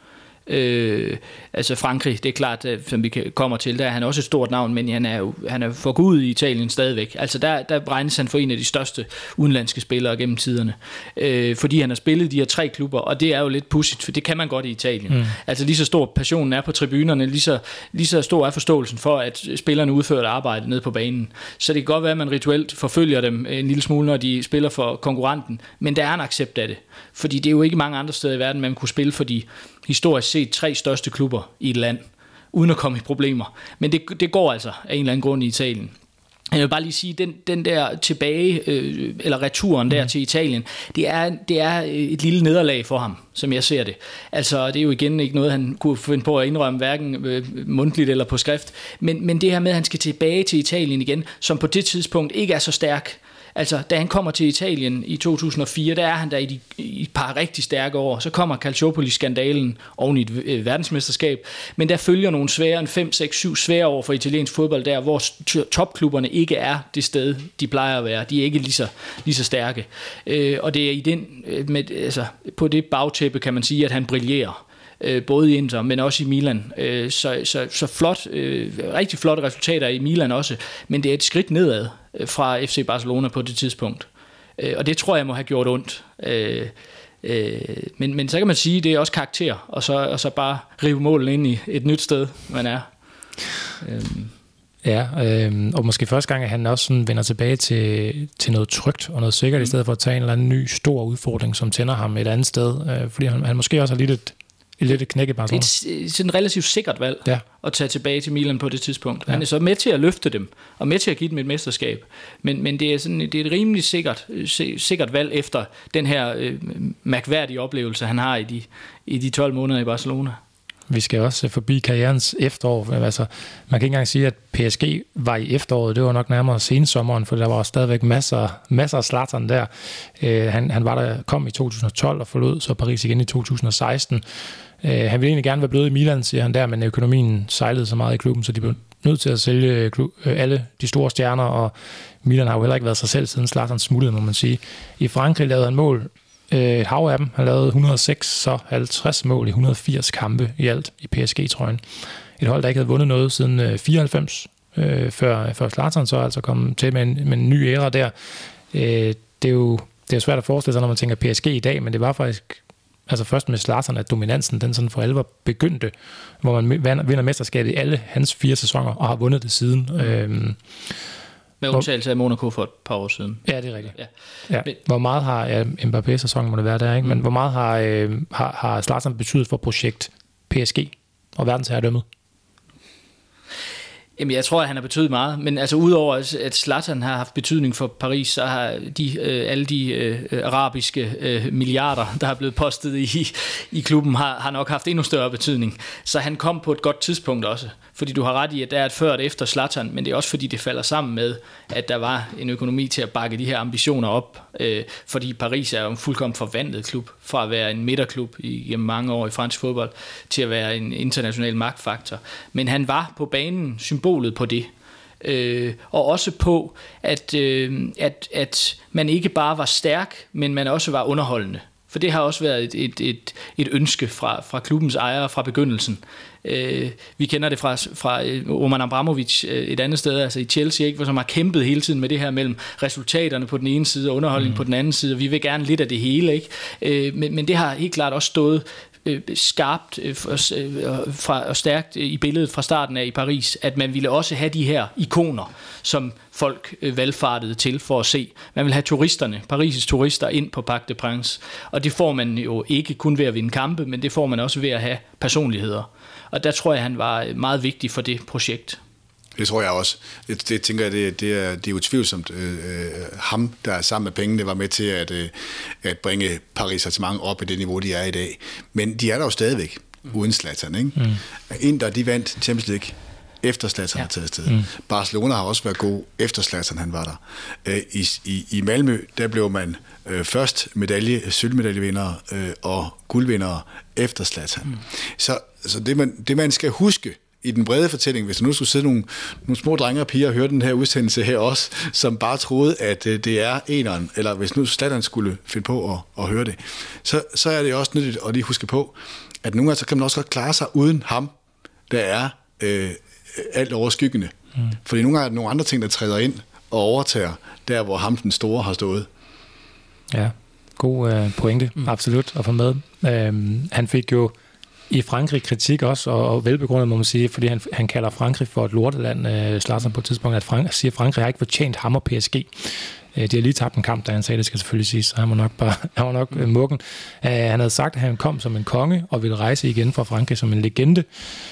D: Altså Frankrig, det er klart, som vi kommer til, der er han også et stort navn, men han er for god i Italien stadigvæk. Altså der regnes han for en af de største udenlandske spillere gennem tiderne, fordi han har spillet de her 3 klubber, og det er jo lidt pudsigt, for det kan man godt i Italien. Altså lige så stor passionen er på tribunerne, lige så stor er forståelsen for, at spillerne udfører et arbejde nede på banen. Så det kan godt være, at man rituelt forfølger dem en lille smule, når de spiller for konkurrenten, men der er en accept af det, fordi det er jo ikke mange andre steder i verden, man kunne spille for de historisk set 3 største klubber i et land, uden at komme i problemer. Men det går altså af en eller anden grund i Italien. Jeg vil bare lige sige, den der tilbage, eller returen der til Italien, det er et lille nederlag for ham, som jeg ser det. Altså, det er jo igen ikke noget, han kunne finde på at indrømme, hverken mundtligt eller på skrift. Men det her med, at han skal tilbage til Italien igen, som på det tidspunkt ikke er så stærk. Altså, da han kommer til Italien i 2004, der er han der i et par rigtig stærke år. Så kommer Calciopoli-skandalen oven i et verdensmesterskab. Men der følger nogle svære, en 5, 6, 7 svære år for italiensk fodbold der, hvor topklubberne ikke er det sted, de plejer at være. De er ikke lige så stærke. Og det er i den, på det bagtæppe, kan man sige, at han brillerer. Både i Inter, men også i Milan. Så flot, rigtig flotte resultater i Milan også, men det er et skridt nedad fra FC Barcelona på det tidspunkt. Og det tror jeg må have gjort ondt. Men så kan man sige, det er også karakter, og så bare rive målen ind i et nyt sted, man er.
B: Ja, og måske første gang, at han også sådan vender tilbage til noget trygt og noget sikkert, i stedet for at tage en eller anden ny stor udfordring, som tænder ham et andet sted. Fordi han måske også har lidt et knæk i Barcelona. Det er
D: sådan et relativt sikkert valg at tage tilbage til Milan på det tidspunkt. Han er så med til at løfte dem, og med til at give dem et mesterskab. Men det er et rimelig sikkert valg efter den her mærkværdige oplevelse, han har i de 12 måneder i Barcelona.
B: Vi skal også forbi karrierens efterår. Altså, man kan ikke engang sige, at PSG var i efteråret. Det var nok nærmere sensommeren, for der var stadigvæk masser af Zlatan der. Han var der, kom i 2012 og forlod så Paris igen i 2016. Han ville egentlig gerne være blevet i Milan, siger han der, men økonomien sejlede så meget i klubben, så de blev nødt til at sælge alle de store stjerner, og Milan har jo heller ikke været sig selv siden Zlatan smuttede, må man sige. I Frankrig lavede han mål, et hav af dem. Han lavede 106, så 50 mål i 180 kampe i alt i PSG-trøjen. Et hold, der ikke havde vundet noget siden 94, før Zlatan så altså kom til med en ny æra der. Det er jo svært at forestille sig, når man tænker PSG i dag, men det var faktisk altså først med Zlatan, at dominansen den sådan for alvor begyndte, hvor man vinder mesterskabet i alle hans 4 sæsoner og har vundet det siden.
D: Med undtagelse af Monaco for et par år siden.
B: Ja, det er rigtigt. Ja. Hvor meget har Mbappé-sæsonen må det være der, ikke? Men hvor meget har Zlatan betydet for projekt PSG og verdensherredømmet?
D: Jamen, jeg tror, at han har betydet meget, men altså udover at Zlatan har haft betydning for Paris, så har alle de arabiske milliarder, der er blevet postet i klubben, har nok haft endnu større betydning. Så han kom på et godt tidspunkt også, fordi du har ret i, at der er et før og et efter Zlatan, men det er også fordi, det falder sammen med, at der var en økonomi til at bakke de her ambitioner op, fordi Paris er jo en fuldkommen forvandlet klub, fra at være en midterklub gennem mange år i fransk fodbold, til at være en international magtfaktor. Men han var på banen symbolet på det, og også på, at man ikke bare var stærk, men man også var underholdende. For det har også været et ønske fra klubbens ejere fra begyndelsen. Vi kender det fra Roman Abramovich et andet sted, altså i Chelsea, ikke, som har kæmpet hele tiden med det her mellem resultaterne på den ene side og underholdning på den anden side, og vi vil gerne lidt af det hele, ikke? Men det har helt klart også stået skarpt og stærkt i billedet fra starten af i Paris, at man ville også have de her ikoner, som folk valgfartede til for at se. Man vil have turisterne, Paris' turister, ind på Parc des Princes, og det får man jo ikke kun ved at vinde kampe, men det får man også ved at have personligheder. Og der tror jeg, han var meget vigtig for det projekt.
C: Det tror jeg også. Det tænker jeg, det er utvivlsomt ham, der sammen med pengene var med til at bringe Paris Saint-Germain op i det niveau, de er i dag. Men de er der jo stadigvæk, uden Zlatan, ikke? Inter, de vandt Champions League efter Zlatan har taget afsted. Barcelona har også været god efter Zlatan, han var der. I Malmø, der blev man først sølvmedaljevinder og guldvindere efter Zlatan. Så det man skal huske i den brede fortælling, hvis der nu skulle sidde nogle små drenge og piger og høre den her udsendelse her også, som bare troede, at det er eneren, eller hvis nu Zlatan skulle finde på at høre det, så er det også nyttigt at lige huske på, at nogle gange så kan man også godt klare sig uden ham, der er alt overskyggende. Fordi nogle gange er der nogle andre ting, der træder ind og overtager, der hvor ham den store har stået.
B: Ja, god pointe, absolut, at få med. Han fik jo i Frankrig kritik også, og velbegrundet må man sige, fordi han kalder Frankrig for et lorteland, Zlatan på et tidspunkt, at Frankrig har ikke fortjent ham og PSG. De har lige tabt en kamp, da han sagde, det skal selvfølgelig sige, så han var nok muggen. Han havde sagt, at han kom som en konge og ville rejse igen fra Frankrig som en legende.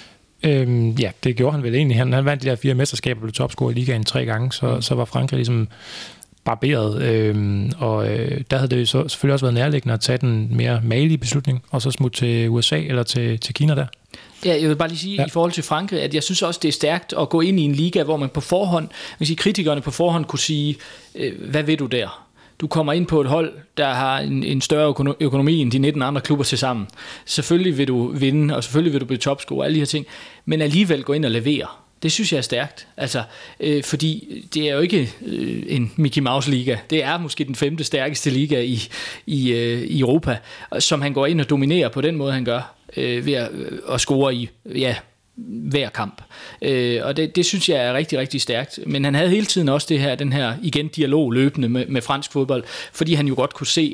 B: Ja, det gjorde han vel egentlig. Han vandt de der 4 mesterskaber og blev topscorer i ligaen 3 gange, så var Frankrig ligesom barberet, og der havde det jo selvfølgelig også været nærliggende at tage den mere malige beslutning, og så smutte til USA eller til Kina der.
D: Ja, jeg vil bare lige sige i forhold til Frankrig, at jeg synes også, det er stærkt at gå ind i en liga, hvor man på forhånd, kritikerne på forhånd kunne sige, hvad ved du der? Du kommer ind på et hold, der har en større økonomi end de 19 andre klubber til sammen. Selvfølgelig vil du vinde, og selvfølgelig vil du blive topscorer, alle de her ting, men alligevel gå ind og levere. Det synes jeg er stærkt, altså, fordi det er jo ikke en Mickey Mouse-liga. Det er måske den 5. stærkeste liga i Europa, som han går ind og dominerer på den måde, han gør, ved at score i hver kamp. Og det synes jeg er rigtig, rigtig stærkt. Men han havde hele tiden også den her igen dialog løbende med fransk fodbold, fordi han jo godt kunne se,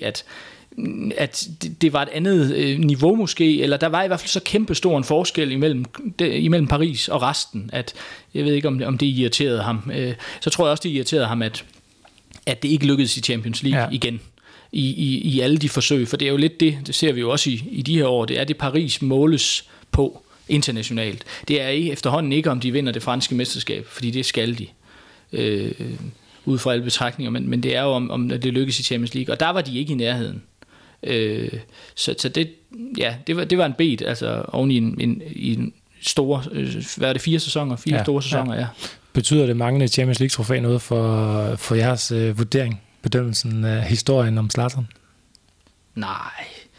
D: at det var et andet niveau måske, eller der var i hvert fald så kæmpe stor en forskel imellem Paris og resten, at jeg ved ikke, om det irriterede ham. Så tror jeg også, det irriterede ham, at det ikke lykkedes i Champions League igen. I alle de forsøg, for det er jo lidt det ser vi jo også i de her år, det er det Paris måles på internationalt. Det er efterhånden ikke, om de vinder det franske mesterskab, fordi det skal de. Ud fra alle betragtninger, men det er jo om det lykkes i Champions League, og der var de ikke i nærheden. Så det var en bed, altså oven i en store, hvad er det, 4 sæsoner? 4 store sæsoner, ja.
B: Betyder det manglende Champions League-trofæ noget for jeres bedømmelsen af historien om Zlatan?
D: Nej.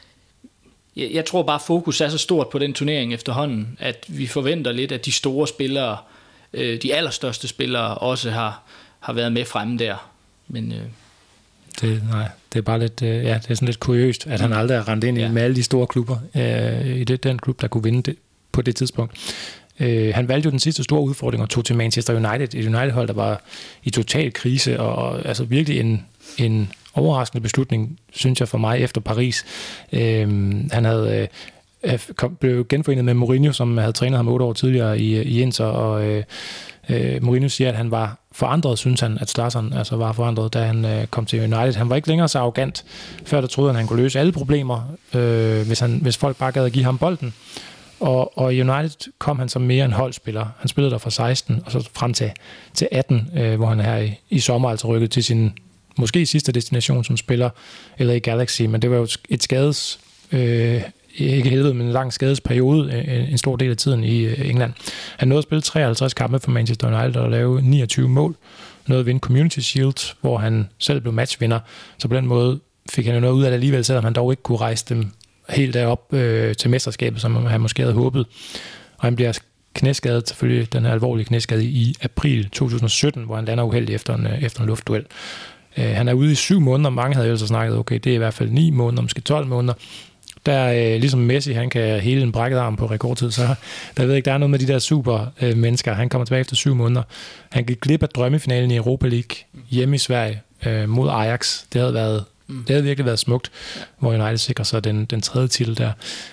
D: Jeg tror bare, fokus er så stort på den turnering efterhånden, at vi forventer lidt, at de store spillere, de allerstørste spillere, også har været med fremme der. Men
B: det er bare lidt, det er sådan lidt kuriøst, at han aldrig er rendt ind i med alle de store klubber, i den klub, der kunne vinde det på det tidspunkt. Han valgte jo den sidste store udfordring og tog til Manchester United, et United-hold, der var i total krise, og altså virkelig en overraskende beslutning, synes jeg for mig, efter Paris. Han havde blev genforenet med Mourinho, som havde trænet ham 8 år tidligere i Inter, og Mourinho siger, at han var forandret, synes han, at Zlatan altså var forandret, da han kom til United. Han var ikke længere så arrogant. Før der troede han kunne løse alle problemer, hvis folk bare gad at give ham bolden. Og i United kom han som mere en holdspiller. Han spillede der fra 16 og så frem til 18, hvor han er her i sommer altså rykket til sin måske sidste destination som spiller, eller i Galaxy, men det var jo et skades, ikke helvede, men en lang skadesperiode, en stor del af tiden i England. Han nåede at spille 53 kampe for Manchester United og lave 29 mål, nåede at vinde Community Shield, hvor han selv blev matchvinder, så på den måde fik han jo noget ud af det alligevel, selvom han dog ikke kunne rejse dem helt derop til mesterskabet, som han måske havde håbet. Og han bliver knæskadet, selvfølgelig den her alvorlige knæskade i april 2017, hvor han lander uheldig efter en luftduel. Han er ude i 7 måneder, mange havde jo altså snakket, okay, det er i hvert fald 9 måneder, måske 12 måneder. Der ligesom Messi, han kan hele en brækket arm på rekordtid, så der ved ikke, der er noget med de der super mennesker. Han kommer tilbage efter 7 måneder. Han gik glip af drømmefinalen i Europa League hjemme i Sverige mod Ajax. Det havde virkelig været smukt, hvor United sikrer sig den 3. titel der.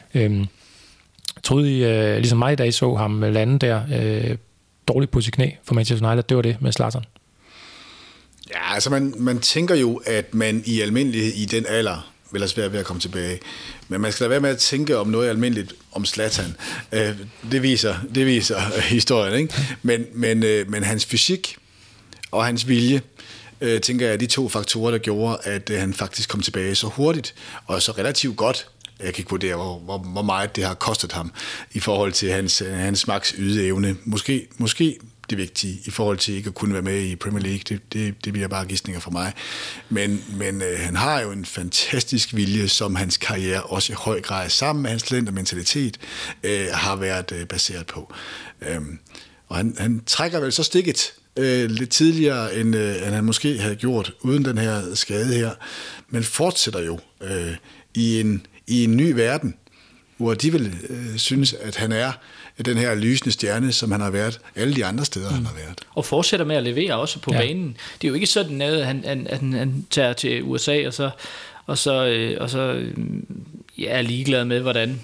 B: Troede I, ligesom mig, da I så ham lande der, dårligt på sit knæ for Manchester United, det var det med Zlatan?
C: Ja, altså man tænker jo, at man i almindelighed i den alder vil have svært ved at komme tilbage. Men man skal da være med at tænke om noget almindeligt om Zlatan. Det viser historien, ikke? Men hans fysik og hans vilje, tænker jeg, er de 2 faktorer, der gjorde, at han faktisk kom tilbage så hurtigt og så relativt godt. Jeg kan ikke vurdere, hvor meget det har kostet ham i forhold til hans maks ydeevne. Måske det vigtige i forhold til ikke at kunne være med i Premier League. Det bliver bare gidsninger for mig. Men han har jo en fantastisk vilje, som hans karriere også i høj grad sammen med hans talent og mentalitet har været baseret på. Og han trækker vel så stikket lidt tidligere, end han måske havde gjort uden den her skade her, men fortsætter jo i en ny verden, hvor de vil synes, at han er den her lysende stjerne, som han har været alle de andre steder, han har været.
D: Og fortsætter med at levere også på banen. Det er jo ikke sådan noget, at han tager til USA, og så er ligeglad med, hvordan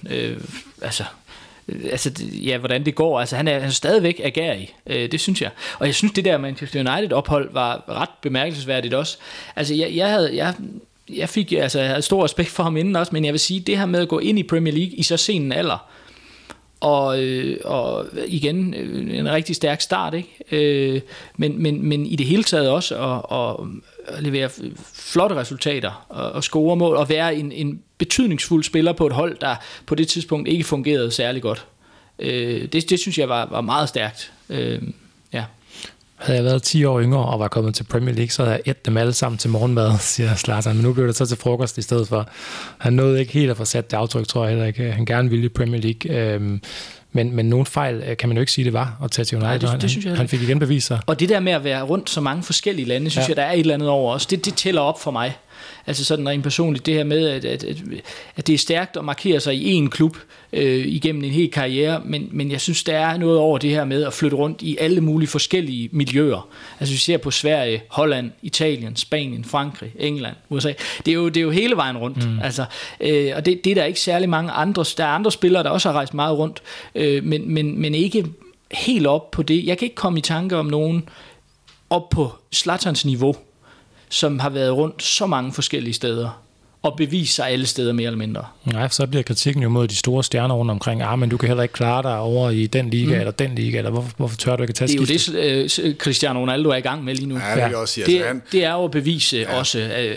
D: hvordan det går. Altså, han er stadigvæk agerig. Det synes jeg. Og jeg synes, det der Manchester United-ophold var ret bemærkelsesværdigt også. Altså, jeg fik jeg havde stor respekt for ham inden også, men jeg vil sige, det her med at gå ind i Premier League i så sen en alder, og igen en rigtig stærk start, ikke? Men i det hele taget også at levere flotte resultater og score mål og være en betydningsfuld spiller på et hold, der på det tidspunkt ikke fungerede særlig godt. Det synes jeg var meget stærkt. Ja.
B: Havde jeg været 10 år yngre og var kommet til Premier League, så havde jeg ædt dem alle sammen til morgenmad, siger Zlatan. Men nu blev det så til frokost i stedet for. Han nåede ikke helt at få sat det aftryk, tror jeg heller ikke. Han gerne ville i Premier League. Men nogen fejl kan man jo ikke sige, det var at tage til United. Nej, det synes jeg, han fik igen bevist sig. Og
D: det der med at være rundt så mange forskellige lande, synes jeg, der er et eller andet over også. Det tæller op for mig. Altså sådan rent personligt, det her med, at det er stærkt at markere sig i en klub igennem en hel karriere, men jeg synes, der er noget over det her med at flytte rundt i alle mulige forskellige miljøer. Altså vi ser på Sverige, Holland, Italien, Spanien, Frankrig, England, USA. Det er jo hele vejen rundt. Altså, og det er der ikke særlig mange andre. Der er andre spillere, der også har rejst meget rundt, men ikke helt op på det. Jeg kan ikke komme i tanke om nogen op på Zlatans niveau, som har været rundt så mange forskellige steder, og bevise sig alle steder mere eller mindre.
B: Nej, så bliver kritikken jo mod de store stjerner rundt omkring, men du kan heller ikke klare dig over i den liga, eller den liga, eller hvorfor tør du ikke at tage skiftet?
D: Det er jo det, Cristiano Ronaldo er i gang med lige nu.
C: Ja, det vil jeg også sige.
D: Det er jo at bevise også,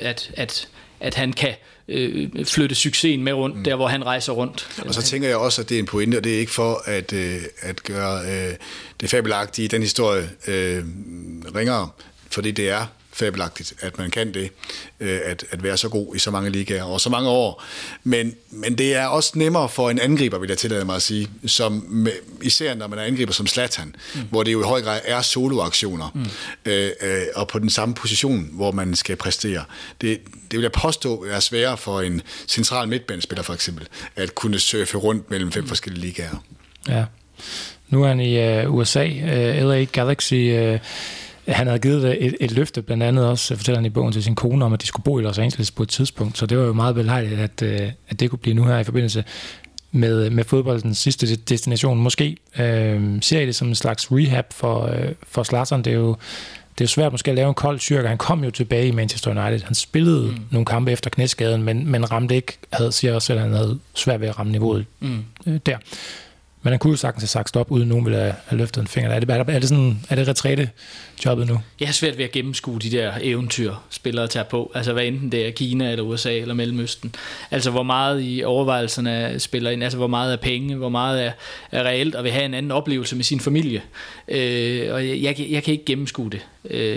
D: at han kan flytte succesen med rundt, der hvor han rejser rundt.
C: Og så tænker jeg også, at det er en pointe, og det er ikke for at gøre det fabelagtige i den historie ringere, fordi det er fabelagtigt, at man kan det, at være så god i så mange ligaer over så mange år. Men det er også nemmere for en angriber, vil jeg tillade mig at sige, som, især når man er angriber som Zlatan, hvor det jo i høj grad er soloaktioner, og på den samme position, hvor man skal præstere. Det vil jeg påstå er sværere for en central midtbanespiller for eksempel, at kunne surfe rundt mellem 5 forskellige ligaer.
B: Ja. Nu er han i USA, LA Galaxy. Han havde givet et løfte, blandt andet også, fortæller han i bogen til sin kone, om at de skulle bo i Los Angeles på et tidspunkt, så det var jo meget belejligt, at det kunne blive nu her i forbindelse med fodboldens sidste destination. Måske ser I det som en slags rehab for Zlatan. Det er jo svært måske at lave en kold styrke. Han kom jo tilbage i Manchester United. Han spillede nogle kampe efter knæskaden, men ramte ikke, siger også, at han havde svært ved at ramme niveauet der. Men han kunne jo sagtens have sagt stop, uden nogen ville have løftet en finger. Er det retræte-jobbet nu?
D: Jeg har svært ved at gennemskue de der eventyrspillere tager på. Altså hvad enten det er Kina eller USA eller Mellemøsten. Altså hvor meget i overvejelserne spiller ind. Altså hvor meget er penge, hvor meget er reelt at vil have en anden oplevelse med sin familie. Og jeg kan ikke gennemskue det.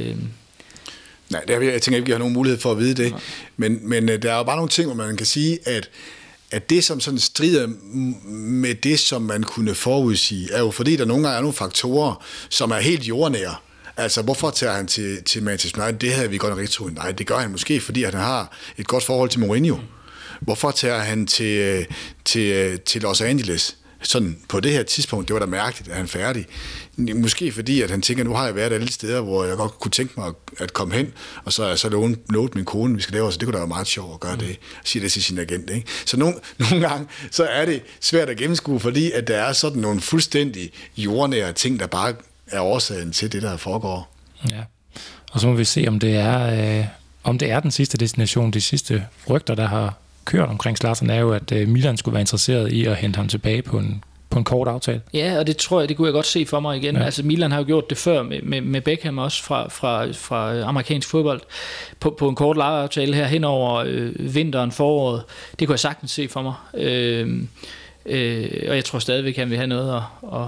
C: Nej, jeg tænker ikke, vi har nogen mulighed for at vide det. Men der er jo bare nogle ting, hvor man kan sige, at det, som sådan strider med det, som man kunne forudsige, er jo fordi, der nogle gange er nogle faktorer, som er helt jordnære. Altså, hvorfor tager han til Manchester United? Det havde vi godt nok ikke troet. Nej, det gør han måske, fordi at han har et godt forhold til Mourinho. Hvorfor tager han til Los Angeles? Sådan på det her tidspunkt, det var da mærkeligt, at han er færdig. Måske fordi, at han tænker, nu har jeg været alle steder, hvor jeg godt kunne tænke mig at komme hen, og så har jeg så lovet min kone, vi skal lave, så det kunne da være meget sjovt at gøre det, sige det til sin agent. Ikke? Så nogle gange, så er det svært at gennemskue, fordi at der er sådan nogle fuldstændig jordnære ting, der bare er årsagen til det, der foregår.
B: Ja, og så må vi se, om det er den sidste destination, de sidste rygter, der har kørt omkring Zlatan, er jo, at Milan skulle være interesseret i at hente ham tilbage på en kort aftale.
D: Ja, og det tror jeg, det kunne jeg godt se for mig igen. Ja. Altså Milan har jo gjort det før med Beckham også fra amerikansk fodbold på en kort lejeaftale her hen over vinteren, foråret. Det kunne jeg sagtens se for mig. Og jeg tror stadigvæk, han vil have noget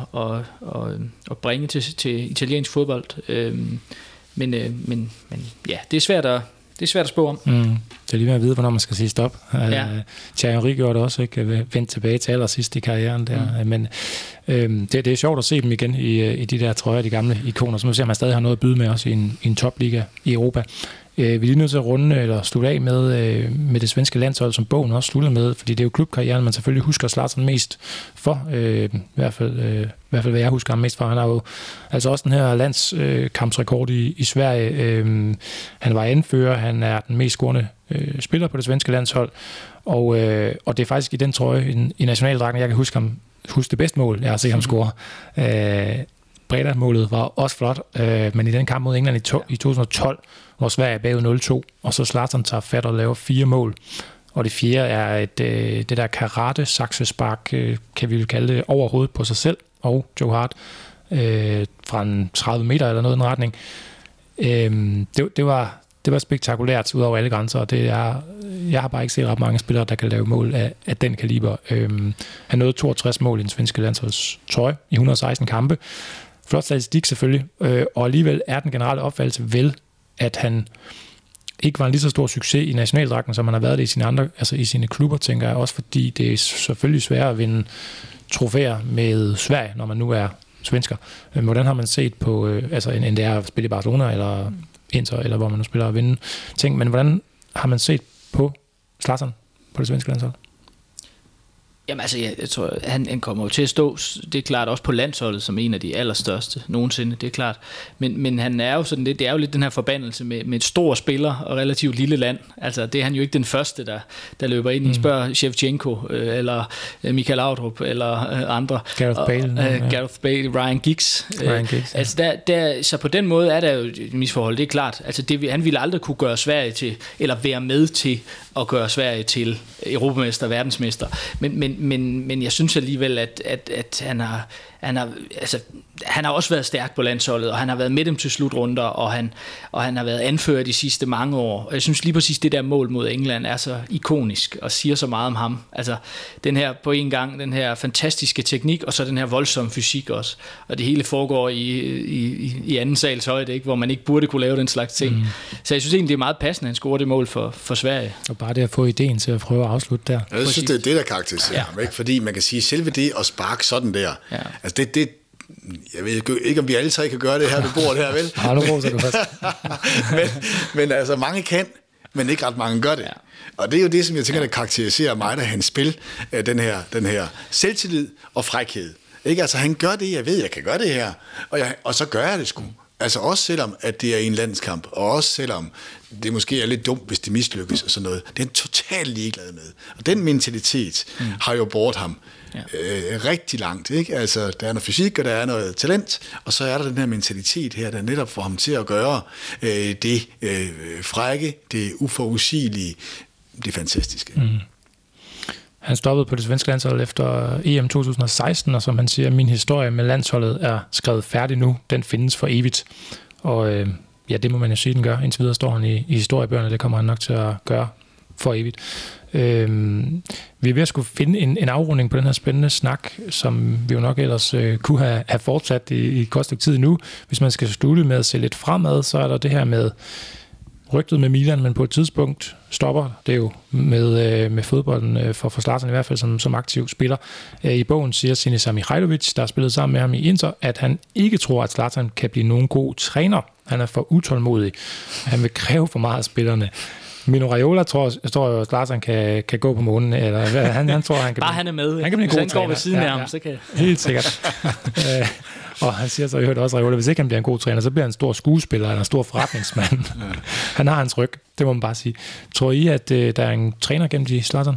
D: at bringe til italiensk fodbold. Men ja, det er svært at spå om.
B: Det er lige med at vide, hvornår man skal sige stop. Ja. Thierry Henry gjorde det også, ikke? Vendt tilbage til allersidst i karrieren der. Men det er sjovt at se dem igen i de der trøjer, de gamle ikoner, så nu ser man stadig har noget at byde med også i en topliga i Europa. Vi er lige nødt til at runde eller slutte af med det svenske landshold, som bogen også slutter med, fordi det er jo klubkarrieren, man selvfølgelig husker Zlatan mest for, i hvert fald hvad jeg husker ham mest for. Han har jo altså også den her landskampsrekord i Sverige. Han var anfører, han er den mest scorende spiller på det svenske landshold, og det er faktisk i den trøje i nationaldragten, jeg kan huske det bedste mål, jeg har set ham score. Breda-målet var også flot, men i den kamp mod England i 2012, hvor Sverige er bagud 0-2, og så Zlatan tager fat og laver 4 mål. Og det fjerde er det der karate-saksespark, kan vi jo kalde det, over hovedet på sig selv og Joe Hart fra en 30 meter eller noget i den retning. Det var spektakulært ud over alle grænser, og jeg har bare ikke set ret mange spillere, der kan lave mål af den kaliber. Han nåede 62 mål i den svenske landsholdstrøje i 116 kampe. Flot statistik selvfølgelig, og alligevel er den generelle opfattelse vel, at han ikke var en lige så stor succes i nationaldragten, som han har været det i sine andre, altså i sine klubber, tænker jeg, også fordi det er selvfølgelig svært at vinde trofæer med Sverige, når man nu er svensker. Hvordan har man set på, end det er at spille i Barcelona eller Inter, eller hvor man nu spiller at vinde ting, men hvordan har man set på Zlatan på det svenske landshold?
D: Jamen altså, jeg tror, han kommer jo til at stå, det er klart, også på landsholdet som en af de allerstørste nogensinde, det er klart. Men han er jo sådan lidt, det er jo lidt den her forbandelse med et stor spiller og relativt lille land. Altså, det er han jo ikke den første, der løber ind i. Spørger Shevchenko, eller Michael Laudrup, eller andre. Gareth Bale, Ryan Giggs. Altså, så på den måde er der jo et misforhold, det er klart. Altså, han ville aldrig kunne gøre Sverige til, eller være med til at gøre Sverige til europamester, verdensmester. Men jeg synes alligevel, at han har også været stærk på landsholdet, og han har været med dem til slutrunder, og han har været anført de sidste mange år. Og jeg synes lige præcis, det der mål mod England er så ikonisk og siger så meget om ham. Altså den her på en gang, den her fantastiske teknik, og så den her voldsomme fysik også. Og det hele foregår i anden sals højde, ikke? Hvor man ikke burde kunne lave den slags ting. Så jeg synes egentlig, det er meget passende, at han scorer det mål for Sverige.
B: Og bare det at få ideen til at prøve at afslutte der.
C: Jeg synes, det er det, der karakteriserer ham, ikke? Fordi man kan sige, selve det at sparke sådan der, altså det jeg ved ikke, om vi alle tre kan gøre det her ved bordet her, vel?
B: Har du råd, så du fast.
C: men altså, mange kan, men ikke ret mange gør det. Ja. Og det er jo det, som jeg tænker, der karakteriserer mig, der hans spil, den her selvtillid og frækhed. Ikke? Altså, han gør det, jeg ved, jeg kan gøre det her, og så gør jeg det sgu. Altså også selvom, at det er en landskamp, og også selvom det måske er lidt dumt, hvis det mislykkes og sådan noget. Det er han totalt ligeglad med. Og den mentalitet har jo båret ham rigtig langt. Ikke? Altså, der er noget fysik, og der er noget talent, og så er der den her mentalitet her, der netop får ham til at gøre det frække, det uforudsigelige, det fantastiske.
B: Han stoppede på det svenske landshold efter EM 2016, og som han siger, min historie med landsholdet er skrevet færdig nu. Den findes for evigt. Og det må man jo sige, den gør. Indtil videre står han i historiebøgerne, det kommer han nok til at gøre for evigt. Vi er ved at skulle finde en afrunding på den her spændende snak, som vi jo nok ellers kunne have fortsat i et godt stykke tid nu. Hvis man skal slutte med at se lidt fremad, så er der det her med rygtet med Milan, men på et tidspunkt stopper det jo med fodbolden for Zlatan i hvert fald som aktiv spiller. I bogen siger Sinisa Mihajlovic, der har spillet sammen med ham i Inter, at han ikke tror, at Zlatan kan blive nogen god træner. Han er for utålmodig. Han vil kræve for meget af spillerne. Mino Raiola tror jo, at Zlatan kan gå på månen, eller han tror, han kan
D: bare han er med.
B: Han kan blive en god
D: træner. Går ved siden af ham, så kan
B: helt sikkert. Og han siger så, jeg hørte også Raiola, hvis ikke han bliver en god træner, så bliver han en stor skuespiller eller en stor forretningsmand. Han har hans ryg, det må man bare sige. Tror I, at der er en træner gennem de Zlatan?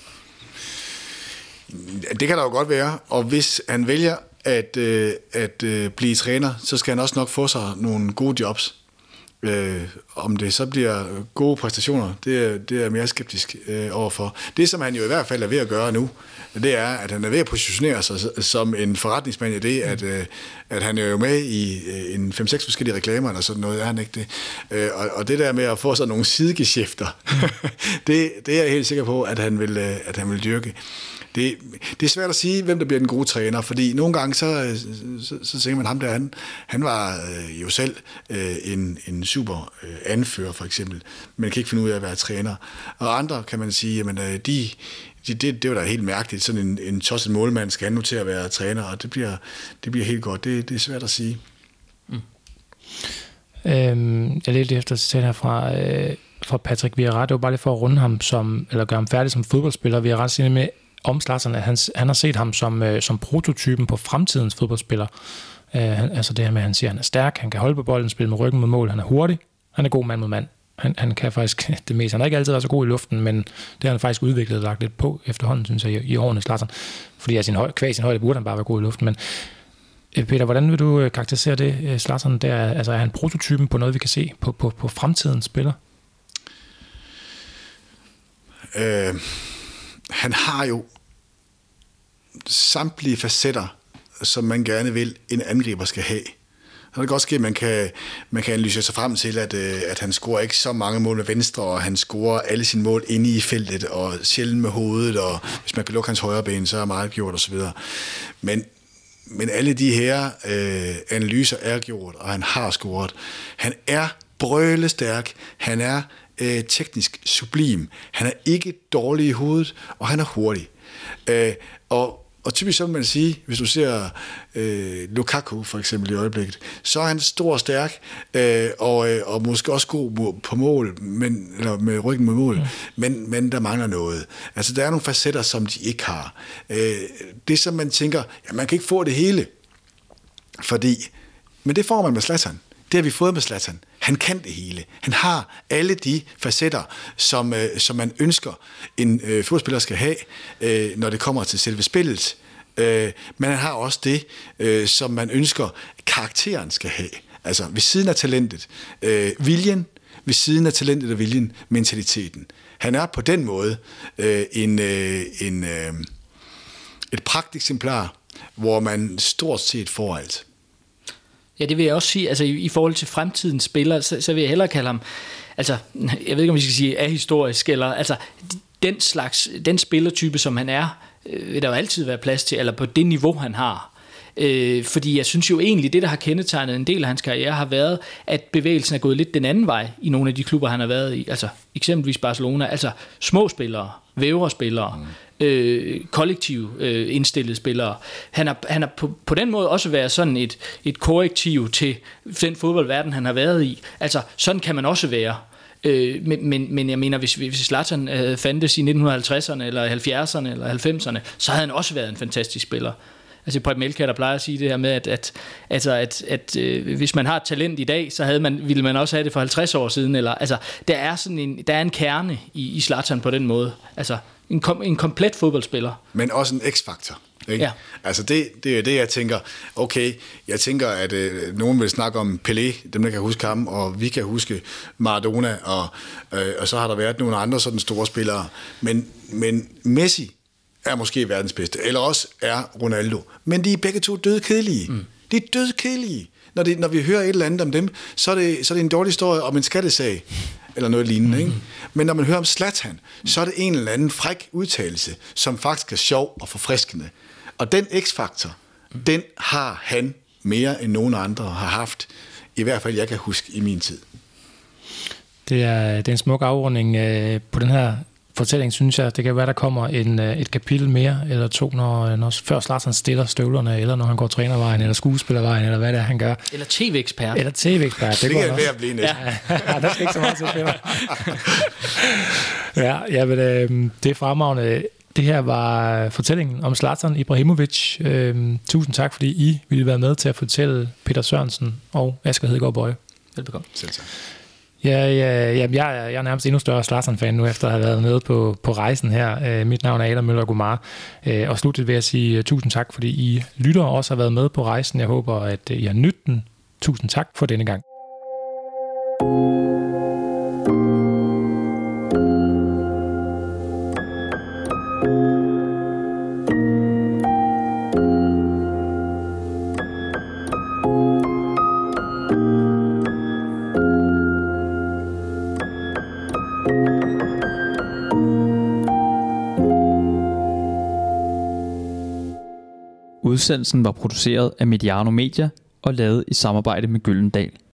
C: Det kan der jo godt være, og hvis han vælger at blive træner, så skal han også nok få sig nogle gode jobs. Om det så bliver gode præstationer, det er mere skeptisk overfor. Det, som han jo i hvert fald er ved at gøre nu, det er, at han er ved at positionere sig som en forretningsmand i det, at han er jo med i en 5-6 forskellige reklamer, eller sådan noget, er han ikke det? Og det der med at få sådan nogle sidegeschæfter, det er jeg helt sikker på, at han vil dyrke. Det er svært at sige, hvem der bliver den gode træner, fordi nogle gange så tænker man ham der, han var jo selv en super anfører for eksempel, men kan ikke finde ud af at være træner. Og andre kan man sige, jamen det var da helt mærkeligt, sådan en tosset målmand skal han nu til at være træner, og det bliver helt godt. Det er svært at sige.
B: Jeg ledte efter citat her fra Patrick Vieira. Det var bare lige for at runde ham eller gøre ham færdig som fodboldspiller. Vieira siger med om Zlatan, at han har set ham som prototypen på fremtidens fodboldspiller. Altså det her med, at han siger, at han er stærk, han kan holde på bolden, spille med ryggen mod mål, han er hurtig, han er god mand mod mand. Han kan faktisk det meste. Han har ikke altid været så god i luften, men det har han faktisk udviklet og lagt lidt på efterhånden, synes jeg, i årene Zlatan. Fordi af sin højde burde han bare være god i luften. Men Peter, hvordan vil du karakterisere det, Zlatan? Altså, er han prototypen på noget, vi kan se på fremtidens spiller?
C: Han har jo samtlige facetter, som man gerne vil, en angriber skal have. Så det kan også ske, at man kan analysere sig frem til, at han scorer ikke så mange mål med venstre, og han scorer alle sine mål inde i feltet, og sjældent med hovedet, og hvis man kan lukke hans højre ben, så er meget gjort osv. Men alle de her analyser er gjort, og han har scoret. Han er brølestærk, han er teknisk sublim, han er ikke dårlig i hovedet, og han er hurtig. Og typisk så vil man sige, hvis du ser Lukaku for eksempel i øjeblikket, så er han stor og stærk, og måske også god på mål, eller med ryggen mod mål, men der mangler noget. Altså der er nogle facetter, som de ikke har. Det som man tænker, ja, man kan ikke få det hele, men det får man med Zlatan. Det har vi fået med Zlatan. Han kan det hele. Han har alle de facetter, som man ønsker, en fodboldspiller skal have, når det kommer til selve spillet. Men han har også det, som man ønsker, karakteren skal have. Altså ved siden af talentet, viljen, ved siden af talentet og viljen, mentaliteten. Han er på den måde et pragteksemplar, hvor man stort set får alt.
D: Ja, det vil jeg også sige, altså i forhold til fremtidens spillere, så vil jeg hellere kalde ham, altså, jeg ved ikke, om vi skal sige ahistorisk, eller altså, den spillertype, som han er, vil der jo altid være plads til, eller på det niveau, han har. Fordi jeg synes jo egentlig, det der har kendetegnet en del af hans karriere, har været, at bevægelsen er gået lidt den anden vej i nogle af de klubber, han har været i. Altså eksempelvis Barcelona, altså små spillere, vævrespillere, kollektiv indstillede spillere. Han har på den måde også været sådan et korrektiv til den fodboldverden, han har været i. Altså sådan kan man også være. Men jeg mener, hvis Zlatan fandtes i 1950'erne, eller 70'erne, eller 90'erne, så havde han også været en fantastisk spiller. Altså Preben Elkjær, der plejer at sige det her med, at hvis man har et talent i dag, så ville man også have det for 50 år siden. Eller, altså, der er en kerne i Zlatan på den måde. Altså en komplet fodboldspiller. Men
C: også en x-faktor. Ikke? Ja. Altså det er det, jeg tænker. Okay, jeg tænker, at nogen vil snakke om Pelé, dem der kan huske ham, og vi kan huske Maradona, og så har der været nogle andre sådan store spillere. Men Messi er måske verdens bedste, eller også er Ronaldo. Men de er begge to dødkedelige. De er dødkedelige. Når vi hører et eller andet om dem, så er det en dårlig historie om en skattesag, eller noget lignende. Ikke? Men når man hører om Zlatan, så er det en eller anden fræk udtalelse, som faktisk er sjov og forfriskende. Og den x-faktor, den har han mere end nogen andre har haft, i hvert fald jeg kan huske i min tid.
B: Det er en smuk afrunding på den her fortælling, synes jeg. Det kan være, der kommer et kapitel mere eller to, når før Zlatan stiller støvlerne, eller når han går trænervejen, eller skuespillervejen, eller hvad det er, han gør.
D: Eller tv-ekspert.
C: Det kan være at blive næsten.
B: Ja, der skal ikke så meget til at ja, men det er fremragende. Det her var fortællingen om Zlatan Ibrahimovic. Tusind tak, fordi I ville være med til at fortælle Peter Sørensen og Asger Hedegaard Boye.
D: Velbekomme.
C: Selv tak.
B: Jeg er nærmest endnu større Zlatan-fan nu, efter at have været med på rejsen her. Mit navn er Adam Møller Gomar. Og slutligt vil jeg sige tusind tak, fordi I lytter og også har været med på rejsen. Jeg håber, at I har nydt den. Tusind tak for denne gang.
A: Udsendelsen var produceret af Mediano Media og lavet i samarbejde med Gyldendal.